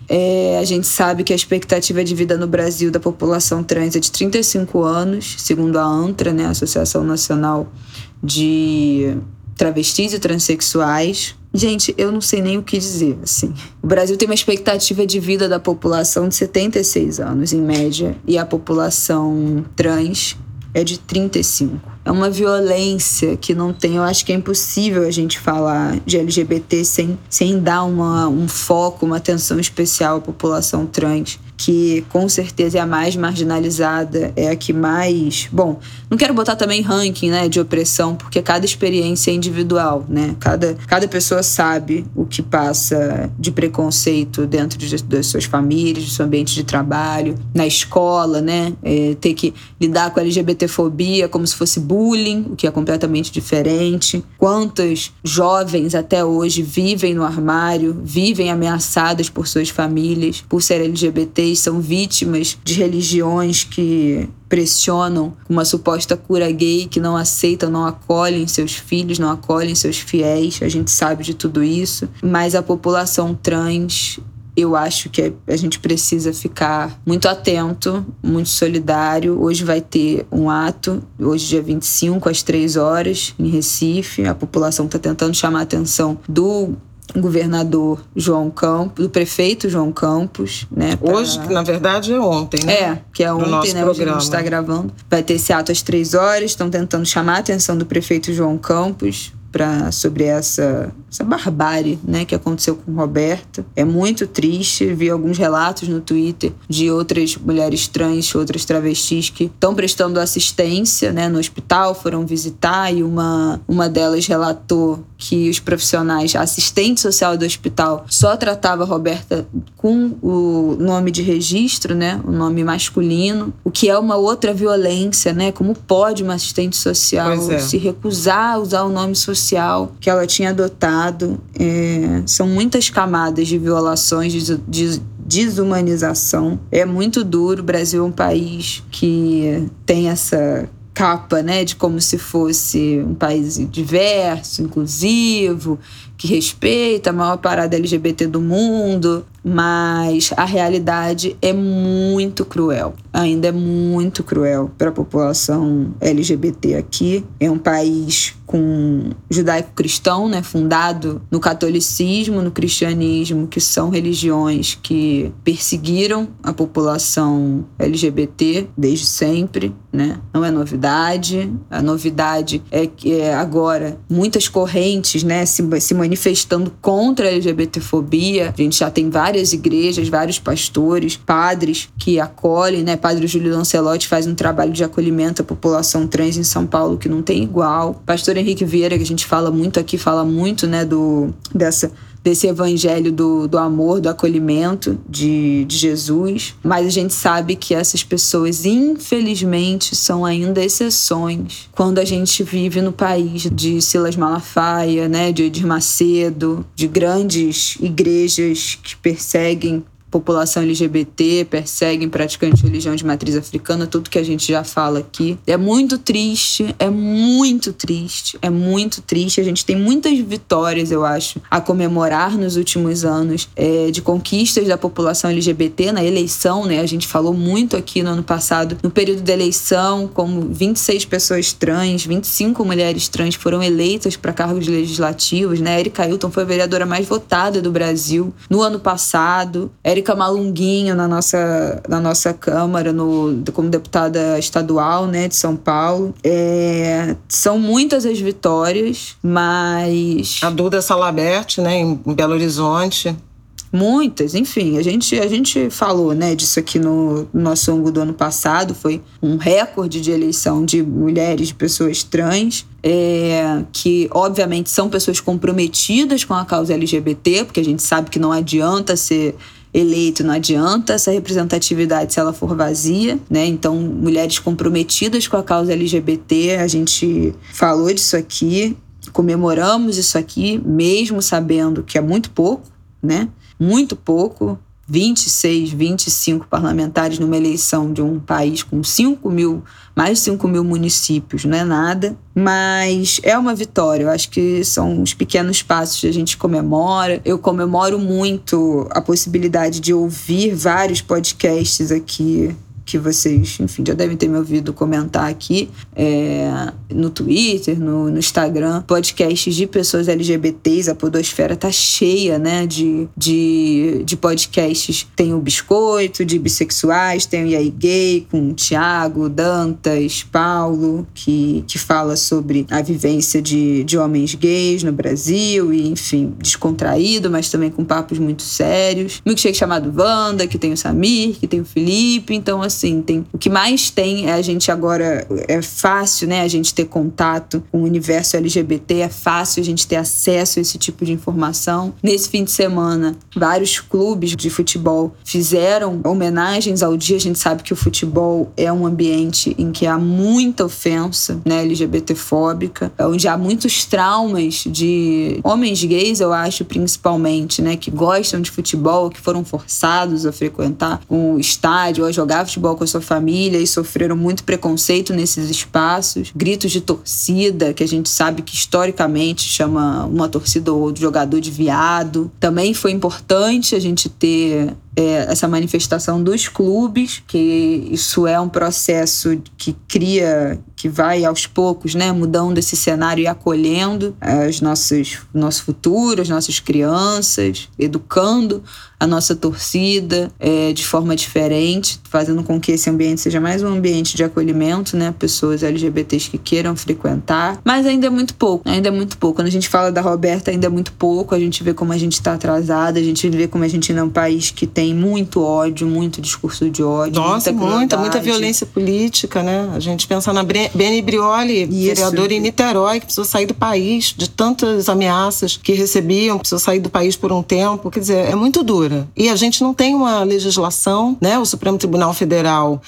B: É, a gente sabe que a expectativa de vida no Brasil da população trans é de trinta e cinco anos, segundo a ANTRA, né, Associação Nacional de Travestis e Transsexuais. Gente, eu não sei nem o que dizer, assim. O Brasil tem uma expectativa de vida da população de setenta e seis anos, em média, e a população trans é de trinta e cinco. É uma violência que não tem... Eu acho que é impossível a gente falar de L G B T sem, sem dar uma, um foco, uma atenção especial à população trans, que com certeza é a mais marginalizada, é a que mais... Bom, não quero botar também ranking, né, de opressão, porque cada experiência é individual, né? Cada, cada pessoa sabe o que passa de preconceito dentro de, das suas famílias, do seu ambiente de trabalho, na escola, né? É, ter que lidar com a LGBTfobia como se fosse bullying, o que é completamente diferente. Quantas jovens até hoje vivem no armário, vivem ameaçadas por suas famílias, por ser L G B T, são vítimas de religiões que pressionam uma suposta cura gay, que não aceitam, não acolhem seus filhos, não acolhem seus fiéis. A gente sabe de tudo isso. Mas a população trans, eu acho que a gente precisa ficar muito atento, muito solidário. Hoje vai ter um ato, hoje dia vinte e cinco, às três horas, em Recife. A população está tentando chamar a atenção do governador João Campos, do prefeito João Campos, né?
A: Pra... Hoje, que na verdade é ontem, né?
B: É, que é ontem, né? Hoje a gente está gravando. Vai ter esse ato às três horas, estão tentando chamar a atenção do prefeito João Campos pra, sobre essa, essa barbárie, né, que aconteceu com Roberta. É muito triste. Vi alguns relatos no Twitter de outras mulheres trans, outras travestis que estão prestando assistência, né, no hospital, foram visitar, e uma, uma delas relatou que os profissionais, a assistente social do hospital, só tratava a Roberta com o nome de registro, né, o nome masculino, o que é uma outra violência, né? Como pode uma assistente social
A: é.
B: se recusar a usar o nome social que ela tinha adotado? É, são muitas camadas de violações, de, de desumanização. É muito duro. O Brasil é um país que tem essa capa, né, de como se fosse um país diverso, inclusivo, que respeita a maior parada L G B T do mundo, mas a realidade é muito cruel. Ainda é muito cruel para a população L G B T aqui. É um país com judaico-cristão, né, fundado no catolicismo, no cristianismo, que são religiões que perseguiram a população L G B T desde sempre, né? Não é novidade. A novidade é que é agora muitas correntes, né, se, se manifestando contra a LGBTfobia. A gente já tem várias igrejas, vários pastores, padres que acolhem, né? Padre Júlio Lancelotti faz um trabalho de acolhimento à população trans em São Paulo que não tem igual. Pastor Henrique Vieira, que a gente fala muito aqui, fala muito, né, do, dessa... desse evangelho do, do amor, do acolhimento de, de Jesus. Mas a gente sabe que essas pessoas, infelizmente, são ainda exceções quando a gente vive no país de Silas Malafaia, né, de Edir Macedo, de grandes igrejas que perseguem população L G B T, perseguem praticantes de religião de matriz africana, tudo que a gente já fala aqui. É muito triste, é muito triste, é muito triste. A gente tem muitas vitórias, eu acho, a comemorar nos últimos anos, é, de conquistas da população L G B T na eleição, né? A gente falou muito aqui no ano passado, no período da eleição, como vinte e seis pessoas trans, vinte e cinco mulheres trans foram eleitas para cargos legislativos, né? Érica Ailton foi a vereadora mais votada do Brasil no ano passado. Érica Malunguinho na nossa, na nossa Câmara, no, como deputada estadual, né, de São Paulo. É, são muitas as vitórias, mas...
A: A Duda Salabert, né, em Belo Horizonte.
B: Muitas, enfim, a gente, a gente falou, né, disso aqui no, no nosso ângulo do ano passado. Foi um recorde de eleição de mulheres, de pessoas trans, é, que obviamente são pessoas comprometidas com a causa L G B T, porque a gente sabe que não adianta ser eleito, não adianta essa representatividade se ela for vazia, né? Então, mulheres comprometidas com a causa L G B T, a gente falou disso aqui, comemoramos isso aqui, mesmo sabendo que é muito pouco, né? Muito pouco. vinte e seis, vinte e cinco parlamentares numa eleição de um país com cinco mil, mais de cinco mil municípios, não é nada, mas é uma vitória. Eu acho que são os pequenos passos que a gente comemora. Eu comemoro muito a possibilidade de ouvir vários podcasts aqui que vocês, enfim, já devem ter me ouvido comentar aqui, é, no Twitter, no, no Instagram, podcasts de pessoas L G B Ts. A podosfera tá cheia, né, de, de, de podcasts. Tem o Biscoito, de bissexuais, tem o E aí Gay, com o Thiago, Dantas, Paulo, que, que fala sobre a vivência de, de homens gays no Brasil, e, enfim, descontraído, mas também com papos muito sérios. Milkshake chamado Wanda, que tem o Samir, que tem o Felipe. Então, assim, Assim, tem, o que mais tem é a gente agora, é fácil, né, a gente ter contato com o universo L G B T, é fácil a gente ter acesso a esse tipo de informação. Nesse fim de semana, vários clubes de futebol fizeram homenagens ao dia. A gente sabe que o futebol é um ambiente em que há muita ofensa, né, L G B T fóbica, onde há muitos traumas de homens gays, eu acho, principalmente, né, que gostam de futebol, que foram forçados a frequentar um estádio ou a jogar futebol com a sua família e sofreram muito preconceito nesses espaços. Gritos de torcida, que a gente sabe que historicamente chama uma torcida ou outro jogador de viado. Também foi importante a gente ter É, essa manifestação dos clubes, que isso é um processo que cria, que vai aos poucos, né, mudando esse cenário e acolhendo as nossas, nosso futuro, as nossas crianças, educando a nossa torcida é, de forma diferente, fazendo com que esse ambiente seja mais um ambiente de acolhimento, né, pessoas L G B Ts que queiram frequentar. Mas ainda é muito pouco, ainda é muito pouco. Quando a gente fala da Roberta, ainda é muito pouco. A gente vê como a gente está atrasada, a gente vê como a gente ainda é um país que tem muito ódio, muito discurso de ódio.
A: Nossa,
B: muita,
A: muita, muita violência política, né? A gente pensa na Beni Brioli,
B: Isso.
A: vereadora em Niterói, que precisou sair do país de tantas ameaças que recebiam, precisou sair do país por um tempo. Quer dizer, é muito dura. E a gente não tem uma legislação, né? O Supremo Tribunal Federal,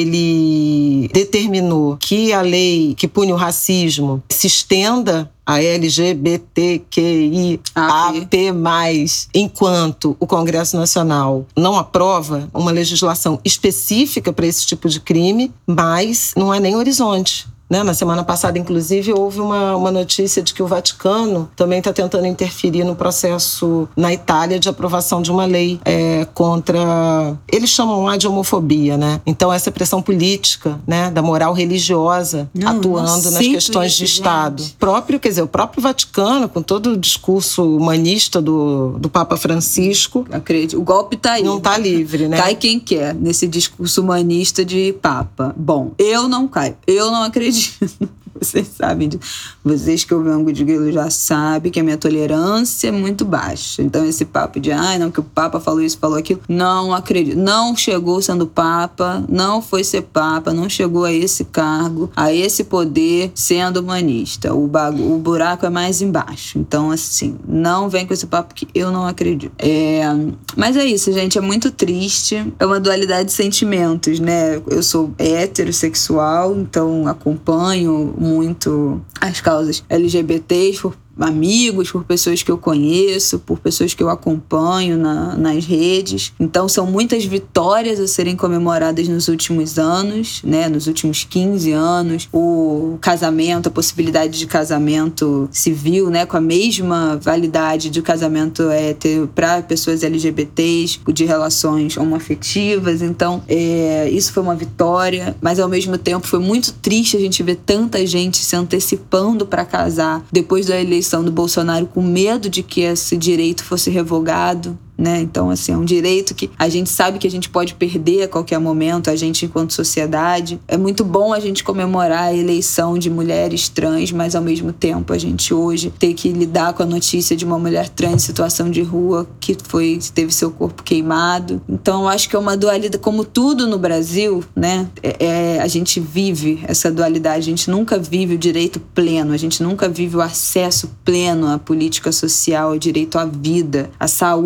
A: ele determinou que a lei que pune o racismo se estenda a L G B T Q I A P mais, enquanto o Congresso Nacional não aprova uma legislação específica para esse tipo de crime, mas não é nem horizonte. Né? Na semana passada, inclusive, houve uma, uma notícia de que o Vaticano também está tentando interferir no processo na Itália de aprovação de uma lei é, contra... Eles chamam lá de homofobia, né? Então, essa pressão política, né, da moral religiosa não, atuando nas questões de Estado. Próprio, quer dizer, o próprio Vaticano, com todo o discurso humanista do, do Papa Francisco...
B: Acredito. O golpe está aí.
A: Não está livre, né?
B: Cai quem quer nesse discurso humanista de Papa. Bom, eu não caio. Eu não acredito. Vocês sabem disso. Vocês que ouvem Ângulo de Grilo já sabem que a minha tolerância é muito baixa. Então esse papo de, ai, ah, não, que o Papa falou isso, falou aquilo, não acredito. Não chegou sendo Papa, não foi ser Papa, não chegou a esse cargo, a esse poder sendo humanista. O, bagu- o buraco é mais embaixo. Então, assim, não vem com esse papo que eu não acredito. É... Mas é isso, gente, é muito triste. É uma dualidade de sentimentos, né? Eu sou heterossexual, então acompanho muito as causas L G B Ts por amigos, por pessoas que eu conheço, por pessoas que eu acompanho na, nas redes. Então são muitas vitórias a serem comemoradas nos últimos anos, né? Nos últimos quinze anos. O casamento, a possibilidade de casamento civil, né? Com a mesma validade de casamento hétero para pessoas L G B Ts, de relações homoafetivas. Então é, isso foi uma vitória, mas ao mesmo tempo foi muito triste a gente ver tanta gente se antecipando para casar depois da eleição do Bolsonaro, com medo de que esse direito fosse revogado, né? Então, assim, é um direito que a gente sabe que a gente pode perder a qualquer momento, a gente enquanto sociedade. É muito bom a gente comemorar a eleição de mulheres trans, mas ao mesmo tempo a gente hoje ter que lidar com a notícia de uma mulher trans em situação de rua que foi, teve seu corpo queimado. Então, eu acho que é uma dualidade, como tudo no Brasil, né? É, é, a gente vive essa dualidade, a gente nunca vive o direito pleno, a gente nunca vive o acesso pleno à política social, ao direito à vida, à saúde, às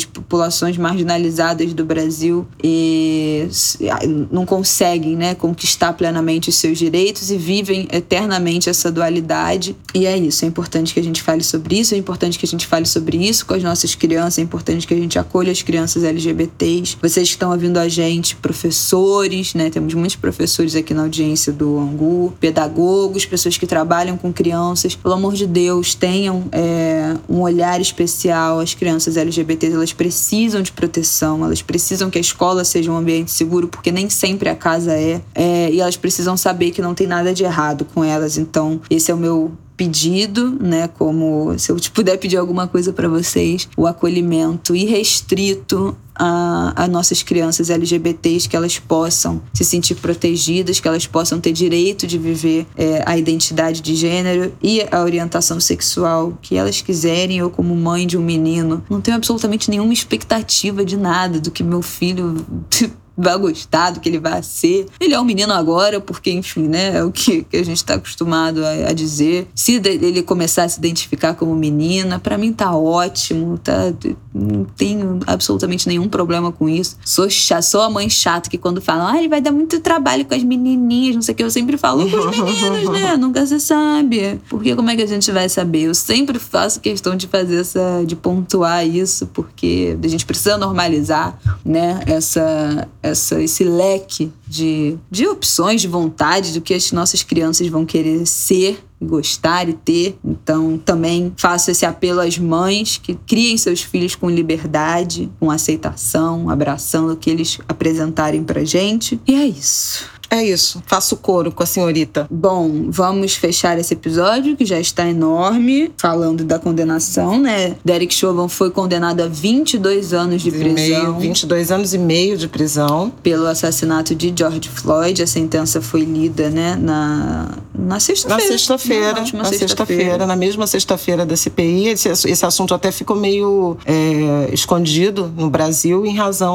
B: das populações marginalizadas do Brasil e não conseguem, né, conquistar plenamente os seus direitos e vivem eternamente essa dualidade. E é isso, é importante que a gente fale sobre isso, é importante que a gente fale sobre isso com as nossas crianças, é importante que a gente acolha as crianças L G B Ts. Vocês que estão ouvindo a gente, professores, né, temos muitos professores aqui na audiência do Angu, pedagogos, pessoas que trabalham com crianças, pelo amor de Deus, tenham é, um olhar especial. As crianças L G B Ts, elas precisam de proteção, elas precisam que a escola seja um ambiente seguro, porque nem sempre a casa é, é e elas precisam saber que não tem nada de errado com elas. Então, esse é o meu pedido, né, como se eu puder pedir alguma coisa para vocês, o acolhimento irrestrito a, a nossas crianças L G B Ts, que elas possam se sentir protegidas, que elas possam ter direito de viver é, a identidade de gênero e a orientação sexual que elas quiserem. Eu, como mãe de um menino, não tenho absolutamente nenhuma expectativa de nada do que meu filho vai gostar, do que ele vai ser. Ele é um menino agora, porque, enfim, né, é o que, que a gente tá acostumado a, a dizer. Se ele começar a se identificar como menina, pra mim tá ótimo, tá? Não tenho absolutamente nenhum problema com isso. Sou, chata, sou a mãe chata que quando falam, ah, ele vai dar muito trabalho com as menininhas, não sei o que, eu sempre falo com os meninos, né? Nunca se sabe. Porque como é que a gente vai saber? Eu sempre faço questão de fazer essa, de pontuar isso, porque a gente precisa normalizar, né, essa Essa, esse leque de, de opções, de vontade do que as nossas crianças vão querer ser, gostar e ter. Então, também faço esse apelo às mães que criem seus filhos com liberdade, com aceitação, abraçando o que eles apresentarem pra gente. E é isso.
A: É isso, faço coro com a senhorita.
B: Bom, vamos fechar esse episódio, que já está enorme, falando da condenação, né? Derek Chauvin foi condenado a vinte e dois anos de prisão.
A: Meio, vinte e dois anos e meio de prisão.
B: Pelo assassinato de George Floyd. A sentença foi lida, né, na, na sexta-feira.
A: Na sexta-feira.
B: Na,
A: na sexta-feira. Na mesma sexta-feira da C P I. Esse, esse assunto até ficou meio é, escondido no Brasil em razão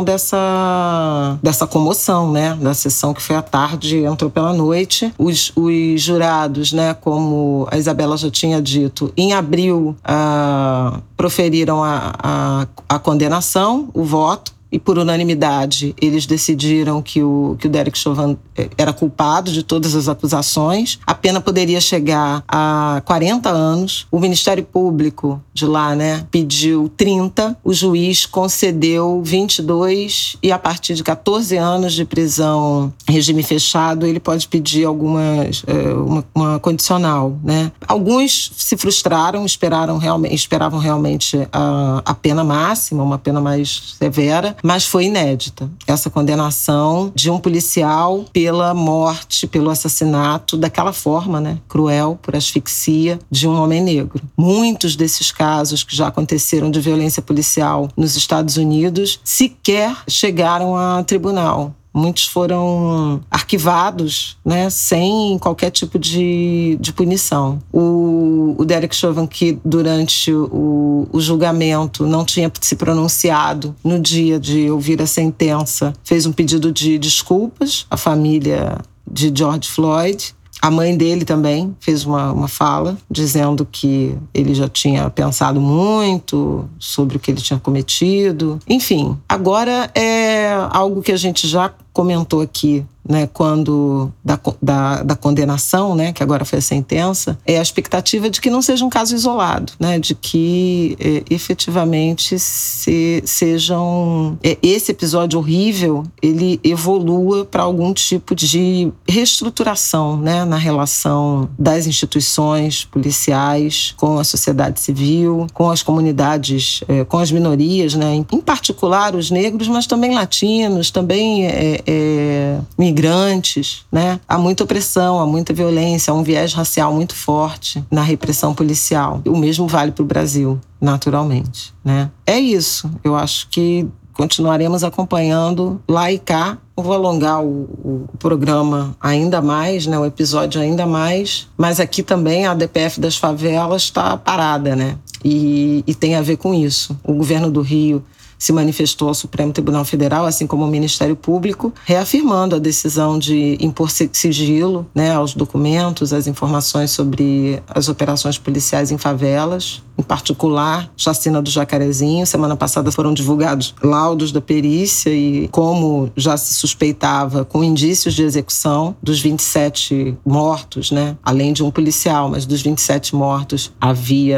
A: dessa, dessa comoção, né? Da sessão que foi à tarde. Entrou pela noite. Os, os jurados, né, como a Isabela já tinha dito, em abril ah, proferiram a, a, a condenação, o voto. E por unanimidade, eles decidiram que o, que o Derek Chauvin era culpado de todas as acusações. A pena poderia chegar a quarenta anos. O Ministério Público de lá, né, pediu trinta. O juiz concedeu vinte e dois. E a partir de catorze anos de prisão em regime fechado, ele pode pedir algumas, uma, uma condicional, né? Alguns se frustraram, esperaram realmente, esperavam realmente a, a pena máxima, uma pena mais severa. Mas foi inédita essa condenação de um policial pela morte, pelo assassinato, daquela forma, né, cruel, por asfixia, de um homem negro. Muitos desses casos que já aconteceram de violência policial nos Estados Unidos sequer chegaram a tribunal. Muitos foram arquivados, né, sem qualquer tipo de, de punição. O, o Derek Chauvin, que durante o, o julgamento não tinha se pronunciado no dia de ouvir a sentença, fez um pedido de desculpas à família de George Floyd. A mãe dele também fez uma, uma fala dizendo que ele já tinha pensado muito sobre o que ele tinha cometido. Enfim, agora é algo que a gente já comentou aqui, né, quando da, da, da condenação, né, que agora foi a sentença, é a expectativa de que não seja um caso isolado, né, de que é, efetivamente se, sejam é, esse episódio horrível ele evolua para algum tipo de reestruturação, né, na relação das instituições policiais com a sociedade civil, com as comunidades, é, com as minorias, né, em, em particular os negros, mas também latinos, também é, é, migrantes, né? Há muita opressão, há muita violência, há um viés racial muito forte na repressão policial. O mesmo vale para o Brasil, naturalmente, né? É isso. Eu acho que continuaremos acompanhando lá e cá. Eu vou alongar o, o programa ainda mais, né? O episódio ainda mais. Mas aqui também a D P F das favelas está parada, né? E, e tem a ver com isso. O governo do Rio se manifestou ao Supremo Tribunal Federal, assim como o Ministério Público, reafirmando a decisão de impor sigilo, né, aos documentos, às informações sobre as operações policiais em favelas, em particular, chacina do Jacarezinho. Semana passada foram divulgados laudos da perícia e como já se suspeitava, com indícios de execução, dos vinte e sete mortos, né, além de um policial, mas dos vinte e sete mortos, havia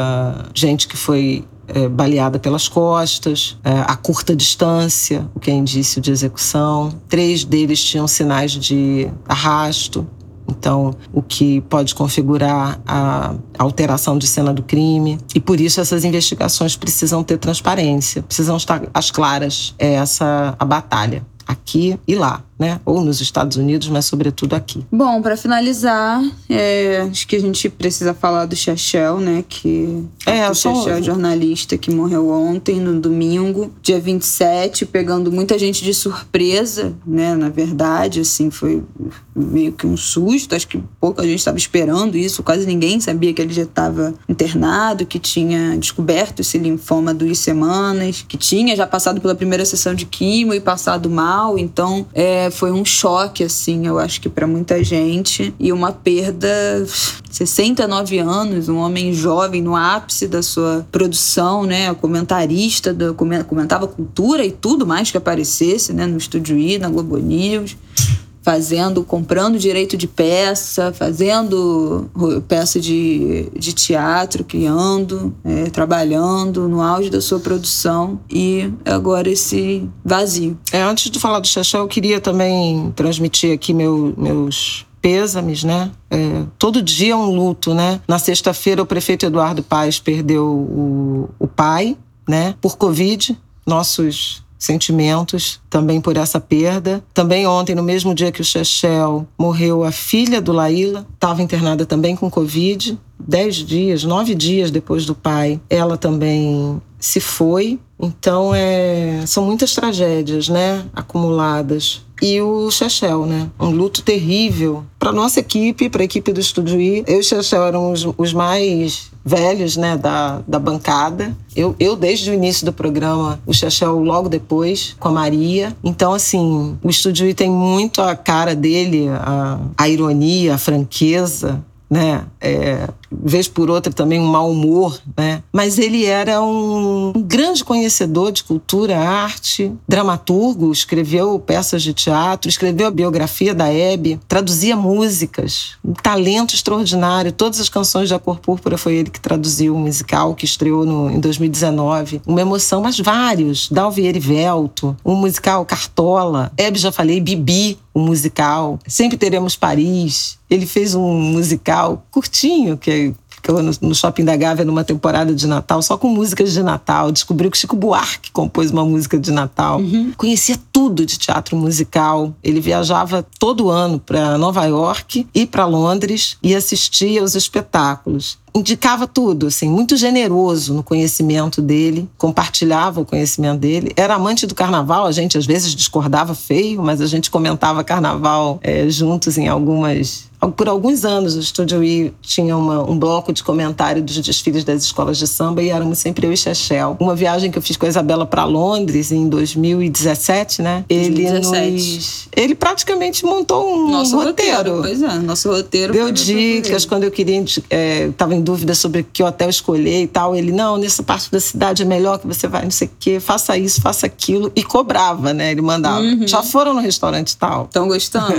A: gente que foi é, baleada pelas costas, é, a curta distância, o que é indício de execução. Três deles tinham sinais de arrasto, então o que pode configurar a alteração de cena do crime. E por isso essas investigações precisam ter transparência, precisam estar às claras. É essa a batalha, aqui e lá, né? Ou nos Estados Unidos, mas sobretudo aqui.
B: Bom, para finalizar, é, acho que a gente precisa falar do Chechel, né? Que
A: é,
B: o Chechel, jornalista que morreu ontem, no domingo, dia vinte e sete, pegando muita gente de surpresa, né? Na verdade, assim, foi meio que um susto. Acho que pouca gente estava esperando isso, quase ninguém sabia que ele já estava internado, que tinha descoberto esse linfoma há duas semanas, que tinha já passado pela primeira sessão de quimio e passado mal. Então, é, foi um choque, assim, eu acho que para muita gente. E uma perda, sessenta e nove anos, um homem jovem no ápice da sua produção, né? Comentarista, do, comentava cultura e tudo mais que aparecesse, né? No Estúdio I, na Globo News. Fazendo, comprando direito de peça, fazendo peça de, de teatro, criando, é, trabalhando no auge da sua produção, e agora esse vazio.
A: É, antes de falar do Chechel, eu queria também transmitir aqui meu, meus pêsames, né? É, todo dia é um luto, né? Na sexta-feira, o prefeito Eduardo Paes perdeu o, o pai, né? Por Covid. Nossos sentimentos também por essa perda. Também ontem, no mesmo dia que o Chechel morreu, a filha do Laíla estava internada também com Covid. Dez dias, nove dias depois do pai, ela também se foi. Então, é, são muitas tragédias, né, acumuladas. E o Chechel, né, um luto terrível para nossa equipe, para a equipe do Estúdio I. Eu e o Chechel eram os, os mais velhos, né, da, da bancada. Eu, eu, desde o início do programa, o Chechel logo depois, com a Maria. Então, assim, o Estúdio I tem muito a cara dele, a, a ironia, a franqueza, né? É, vez por outra também um mau humor, né? Mas ele era um, um grande conhecedor de cultura, arte, dramaturgo, escreveu peças de teatro, escreveu a biografia da Hebe, traduzia músicas, um talento extraordinário. Todas as canções de A Cor Púrpura foi ele que traduziu, o musical que estreou no, em dois mil e dezenove. Uma emoção, mas vários. Dalva e Erivelto, um musical Cartola, Hebe, já falei, Bibi, o um musical, Sempre Teremos Paris. Ele fez um musical curtinho, que ficou no Shopping da Gávea numa temporada de Natal, só com músicas de Natal. Descobriu que Chico Buarque compôs uma música de Natal. Uhum. Conhecia tudo de teatro musical. Ele viajava todo ano para Nova York e para Londres e assistia aos espetáculos. Indicava tudo, assim, muito generoso no conhecimento dele, compartilhava o conhecimento dele. Era amante do carnaval, a gente às vezes discordava feio, mas a gente comentava carnaval é, juntos em algumas... Por alguns anos o Estúdio I tinha uma, um bloco de comentário dos desfiles das escolas de samba e éramos sempre eu e Chechel. Uma viagem que eu fiz com a Isabela para Londres em dois mil e dezessete, né? Ele, dois mil e dezessete. Nos, ele praticamente montou um nosso roteiro. roteiro.
B: Pois é, nosso roteiro.
A: Deu dicas quando eu queria, estava é, em dúvida sobre que hotel escolher e tal. Ele, não, nessa parte da cidade é melhor que você vai, não sei o quê, faça isso, faça aquilo. E cobrava, né? Ele mandava. Uhum. Já foram no restaurante tal?
B: Estão gostando?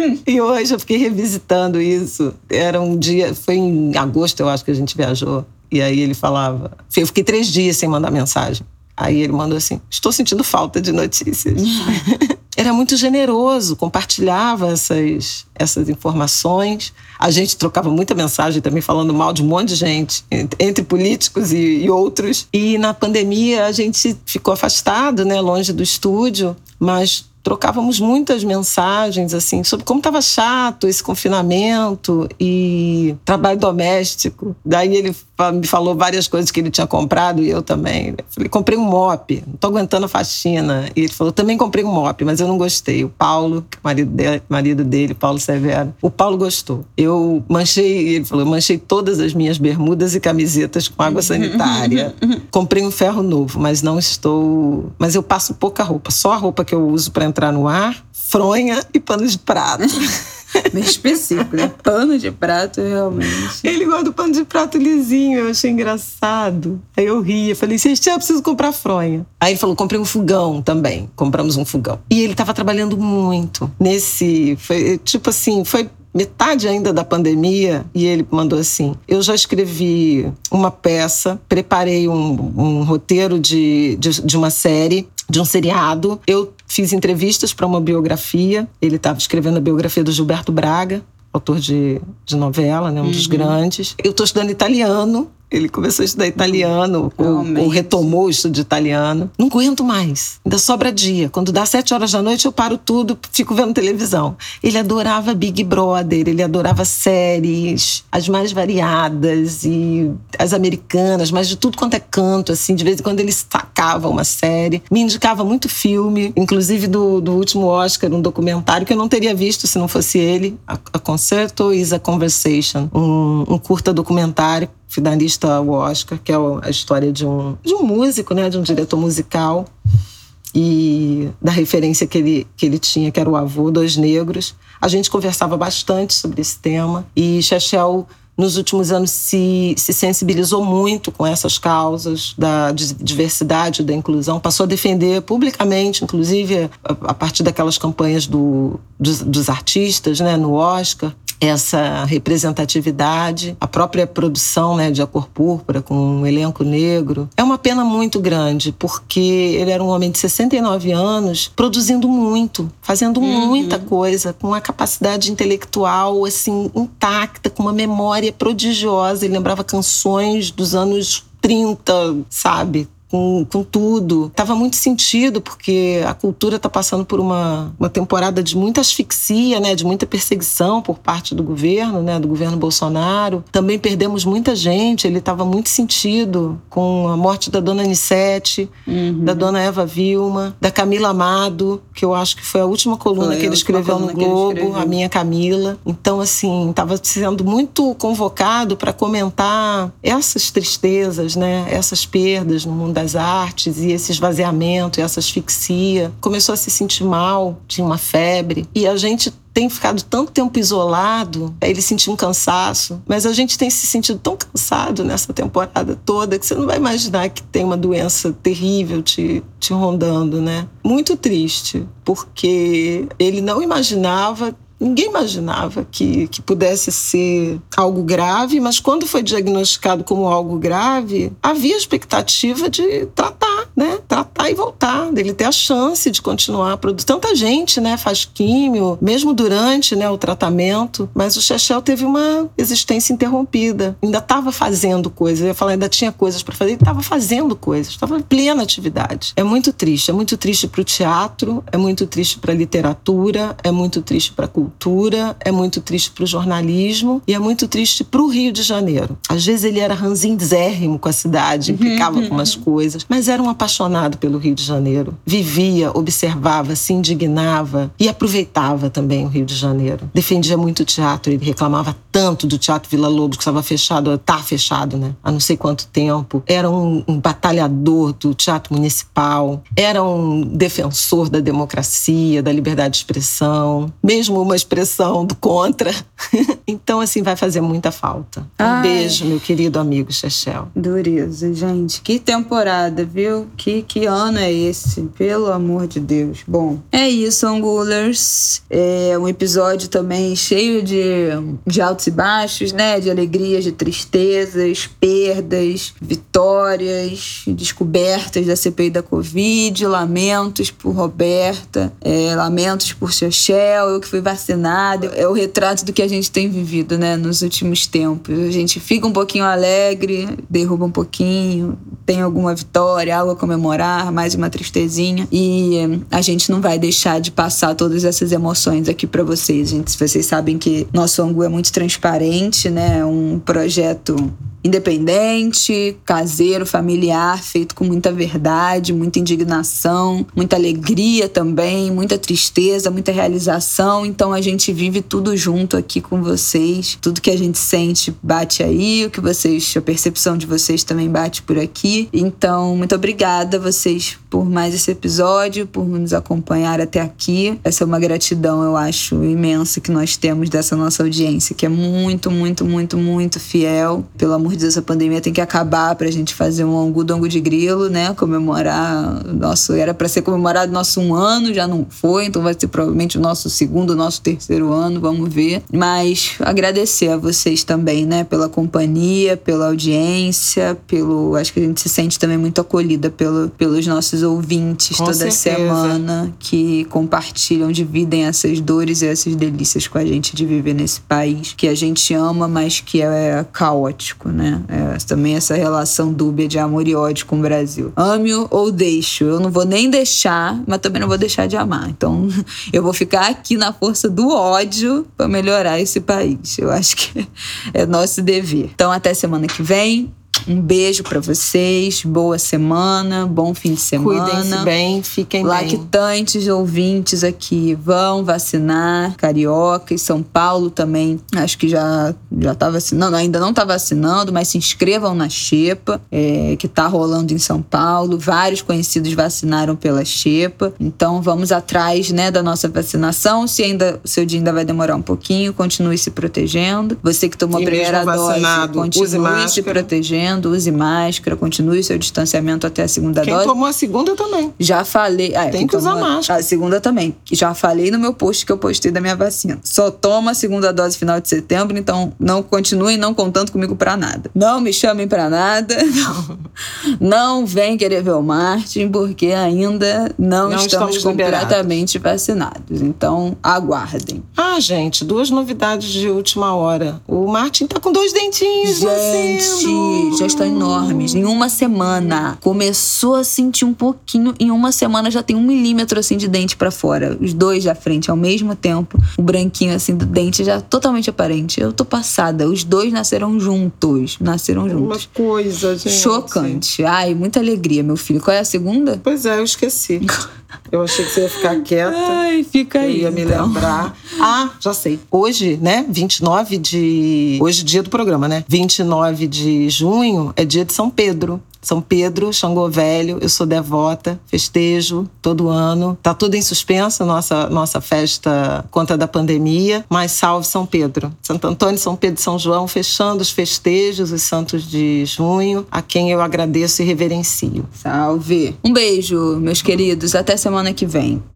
A: E hoje eu fiquei revisitando isso. Era um dia, foi em agosto, eu acho que a gente viajou. E aí ele falava... Eu fiquei três dias sem mandar mensagem. Aí ele mandou assim, estou sentindo falta de notícias. Era muito generoso, compartilhava essas, essas informações. A gente trocava muita mensagem também falando mal de um monte de gente, entre políticos e, e outros. E na pandemia a gente ficou afastado, né, longe do estúdio, mas trocávamos muitas mensagens, assim, sobre como estava chato esse confinamento e trabalho doméstico. Daí ele me falou várias coisas que ele tinha comprado e eu também. Eu falei, comprei um mop, não tô aguentando a faxina. E ele falou, também comprei um mop, mas eu não gostei. O Paulo, que é o marido dele, marido dele, Paulo Severo, o Paulo gostou. Eu manchei, ele falou, eu manchei todas as minhas bermudas e camisetas com água sanitária. Comprei um ferro novo, mas não estou... Mas eu passo pouca roupa, só a roupa que eu uso para entrar no ar, fronha e pano de prato.
B: Bem específico, né? Pano de prato, realmente.
A: Ele gosta do pano de prato lisinho, eu achei engraçado. Aí eu ria, falei, gente, eu preciso comprar fronha. Aí ele falou, comprei um fogão também, compramos um fogão. E ele estava trabalhando muito nesse, foi, tipo assim, foi metade ainda da pandemia, e ele mandou assim, eu já escrevi uma peça, preparei um, um roteiro de, de, de uma série, de um seriado, eu fiz entrevistas para uma biografia, ele estava escrevendo a biografia do Gilberto Braga, autor de, de novela, né, um uhum. dos grandes. Eu estou estudando italiano, ele começou a estudar italiano, ou, ou retomou o estudo de italiano. Não aguento mais, ainda sobra dia. Quando dá sete horas da noite, eu paro tudo, fico vendo televisão. Ele adorava Big Brother, ele adorava séries, as mais variadas, e as americanas, mas de tudo quanto é canto, assim. De vez em quando ele sacava uma série. Me indicava muito filme, inclusive do, do último Oscar, um documentário que eu não teria visto se não fosse ele, A, a Concerto is a Conversation, um, um curta documentário finalista ao Oscar, que é a história de um, de um músico, né, de um diretor musical, e da referência que ele, que ele tinha, que era o avô, Dois Negros. A gente conversava bastante sobre esse tema, e Chechel, nos últimos anos, se, se sensibilizou muito com essas causas da diversidade, da inclusão, passou a defender publicamente, inclusive a, a partir daquelas campanhas do, dos, dos artistas, né, no Oscar, essa representatividade, a própria produção, né, de A Cor Púrpura com um elenco negro. É uma pena muito grande, porque ele era um homem de sessenta e nove anos, produzindo muito, fazendo uhum. muita coisa, com uma capacidade intelectual assim, intacta, com uma memória prodigiosa. Ele lembrava canções dos anos trinta, sabe? Com, com tudo. Tava muito sentido, porque a cultura está passando por uma, uma temporada de muita asfixia, né, de muita perseguição por parte do governo, né, do governo Bolsonaro. Também perdemos muita gente, ele estava muito sentido com a morte da dona Anissete, uhum. da dona Eva Vilma, da Camila Amado, que eu acho que foi a última coluna foi que ele escreveu no Globo, escreveu. A minha Camila. Então, assim, estava sendo muito convocado para comentar essas tristezas, né, essas perdas no mundo das artes, e esse esvaziamento, e essa asfixia. Começou a se sentir mal, tinha uma febre, e a gente tem ficado tanto tempo isolado, ele sentiu um cansaço, mas a gente tem se sentido tão cansado nessa temporada toda que você não vai imaginar que tem uma doença terrível te, te rondando, né? Muito triste, porque ele não imaginava, ninguém imaginava que, que pudesse ser algo grave, mas quando foi diagnosticado como algo grave, havia expectativa de tratar, né? Tratar e voltar, dele ter a chance de continuar a produzir. Tanta gente, né, faz químio, mesmo durante, né, o tratamento, mas o Chechel teve uma existência interrompida. Ainda estava fazendo coisas, eu ia falar, ainda tinha coisas para fazer, ele estava fazendo coisas, estava em plena atividade. É muito triste, é muito triste para o teatro, é muito triste para a literatura, é muito triste para a cultura, cultura, é muito triste para o jornalismo e é muito triste para o Rio de Janeiro. Às vezes ele era ranzinzérrimo com a cidade, implicava com umas coisas, mas era um apaixonado pelo Rio de Janeiro. Vivia, observava, se indignava e aproveitava também o Rio de Janeiro. Defendia muito o teatro, ele reclamava tanto do Teatro Vila Lobos, que estava fechado, está fechado, né? Há não sei quanto tempo. Era um, um batalhador do teatro municipal, era um defensor da democracia, da liberdade de expressão, mesmo uma expressão do contra. Então, assim, vai fazer muita falta. Um Ai. beijo, meu querido amigo Chechel.
B: Dureza, gente. Que temporada, viu? Que, que ano é esse? Pelo amor de Deus. Bom, é isso, Angulers. É um episódio também cheio de, de altos e baixos, né? De alegrias, de tristezas, perdas, vitórias, descobertas da C P I da Covid, lamentos por Roberta, é, lamentos por Chechel, eu que fui vacinada. É o retrato do que a gente tem vivido, né, nos últimos tempos. A gente fica um pouquinho alegre, derruba um pouquinho, tem alguma vitória, algo comemorar, mais uma tristezinha. E a gente não vai deixar de passar todas essas emoções aqui pra vocês. Gente, vocês sabem que nosso Angu é muito transparente, né? É um projeto independente, caseiro, familiar, feito com muita verdade, muita indignação, muita alegria também, muita tristeza, muita realização. Então a gente vive tudo junto aqui com vocês. Tudo que a gente sente bate aí, o que vocês, a percepção de vocês também bate por aqui. Então, muito obrigada a vocês por mais esse episódio, por nos acompanhar até aqui. Essa é uma gratidão, eu acho, imensa que nós temos dessa nossa audiência, que é muito, muito, muito, muito fiel. Pelo amor de Deus, essa pandemia tem que acabar pra gente fazer um Angu do Angu de Grilo, né? Comemorar nosso... Era pra ser comemorado nosso um ano, já não foi, então vai ser provavelmente o nosso segundo, o nosso terceiro ano, vamos ver. Mas agradecer a vocês também, né? Pela companhia, pela audiência, pelo... Acho que a gente se sente também muito acolhida pelo, pelos nossos ouvintes
A: Com
B: toda
A: certeza.
B: semana, que compartilham, dividem essas dores e essas delícias com a gente de viver nesse país que a gente ama, mas que é caótico, né? É, também essa relação dúbia de amor e ódio com o Brasil. Ame-o ou deixo. Eu não vou nem deixar, mas também não vou deixar de amar. Então, eu vou ficar aqui na força do ódio para melhorar esse país. Eu acho que é nosso dever. Então, até semana que vem. Um beijo pra vocês, boa semana, bom fim de semana.
A: Cuidem-se bem, fiquem bem.
B: Lactantes, ouvintes aqui, vão vacinar. Carioca e São Paulo também, acho que já, já tá vacinando, ainda não tá vacinando, mas se inscrevam na Xepa, é, que tá rolando em São Paulo. Vários conhecidos vacinaram pela Xepa, então vamos atrás, né, da nossa vacinação. Se ainda o seu dia ainda vai demorar um pouquinho, continue se protegendo. Você que tomou a primeira dose, continue se protegendo. Use máscara, continue seu distanciamento até a segunda
A: Quem
B: dose.
A: Quem tomou a segunda também.
B: Já falei... Ah,
A: Tem que usar máscara.
B: A segunda também. Já falei no meu post que eu postei da minha vacina. Só toma a segunda dose final de setembro, então não continuem não contando comigo pra nada. Não me chamem pra nada. Não, não vem querer ver o Martin, porque ainda não,
A: não
B: estamos,
A: estamos
B: completamente vacinados. Então, aguardem.
A: Ah, gente, duas novidades de última hora. O Martin tá com dois dentinhos.
B: Gente, já estão enormes. Em uma semana. Começou a sentir um pouquinho. Em uma semana já tem um milímetro assim de dente pra fora. Os dois da frente ao mesmo tempo. O branquinho assim do dente já totalmente aparente. Eu tô passada. Os dois nasceram juntos. Nasceram juntos.
A: Uma coisa, gente.
B: Chocante. Ai, muita alegria, meu filho. Qual é a segunda?
A: Pois é, eu esqueci. Eu achei que você ia ficar quieta.
B: Ai, fica aí.
A: Eu ia me
B: então.
A: lembrar. Ah, já sei. Hoje, né? vinte e nove de... Hoje, dia do programa, né? vinte e nove de junho é dia de São Pedro. São Pedro, Xangô Velho, eu sou devota, festejo todo ano. Tá tudo em suspenso, nossa, nossa festa conta da pandemia, mas salve São Pedro. Santo Antônio, São Pedro e São João, fechando os festejos, os santos de junho, a quem eu agradeço e reverencio.
B: Salve. Um beijo, meus queridos. Até semana que vem.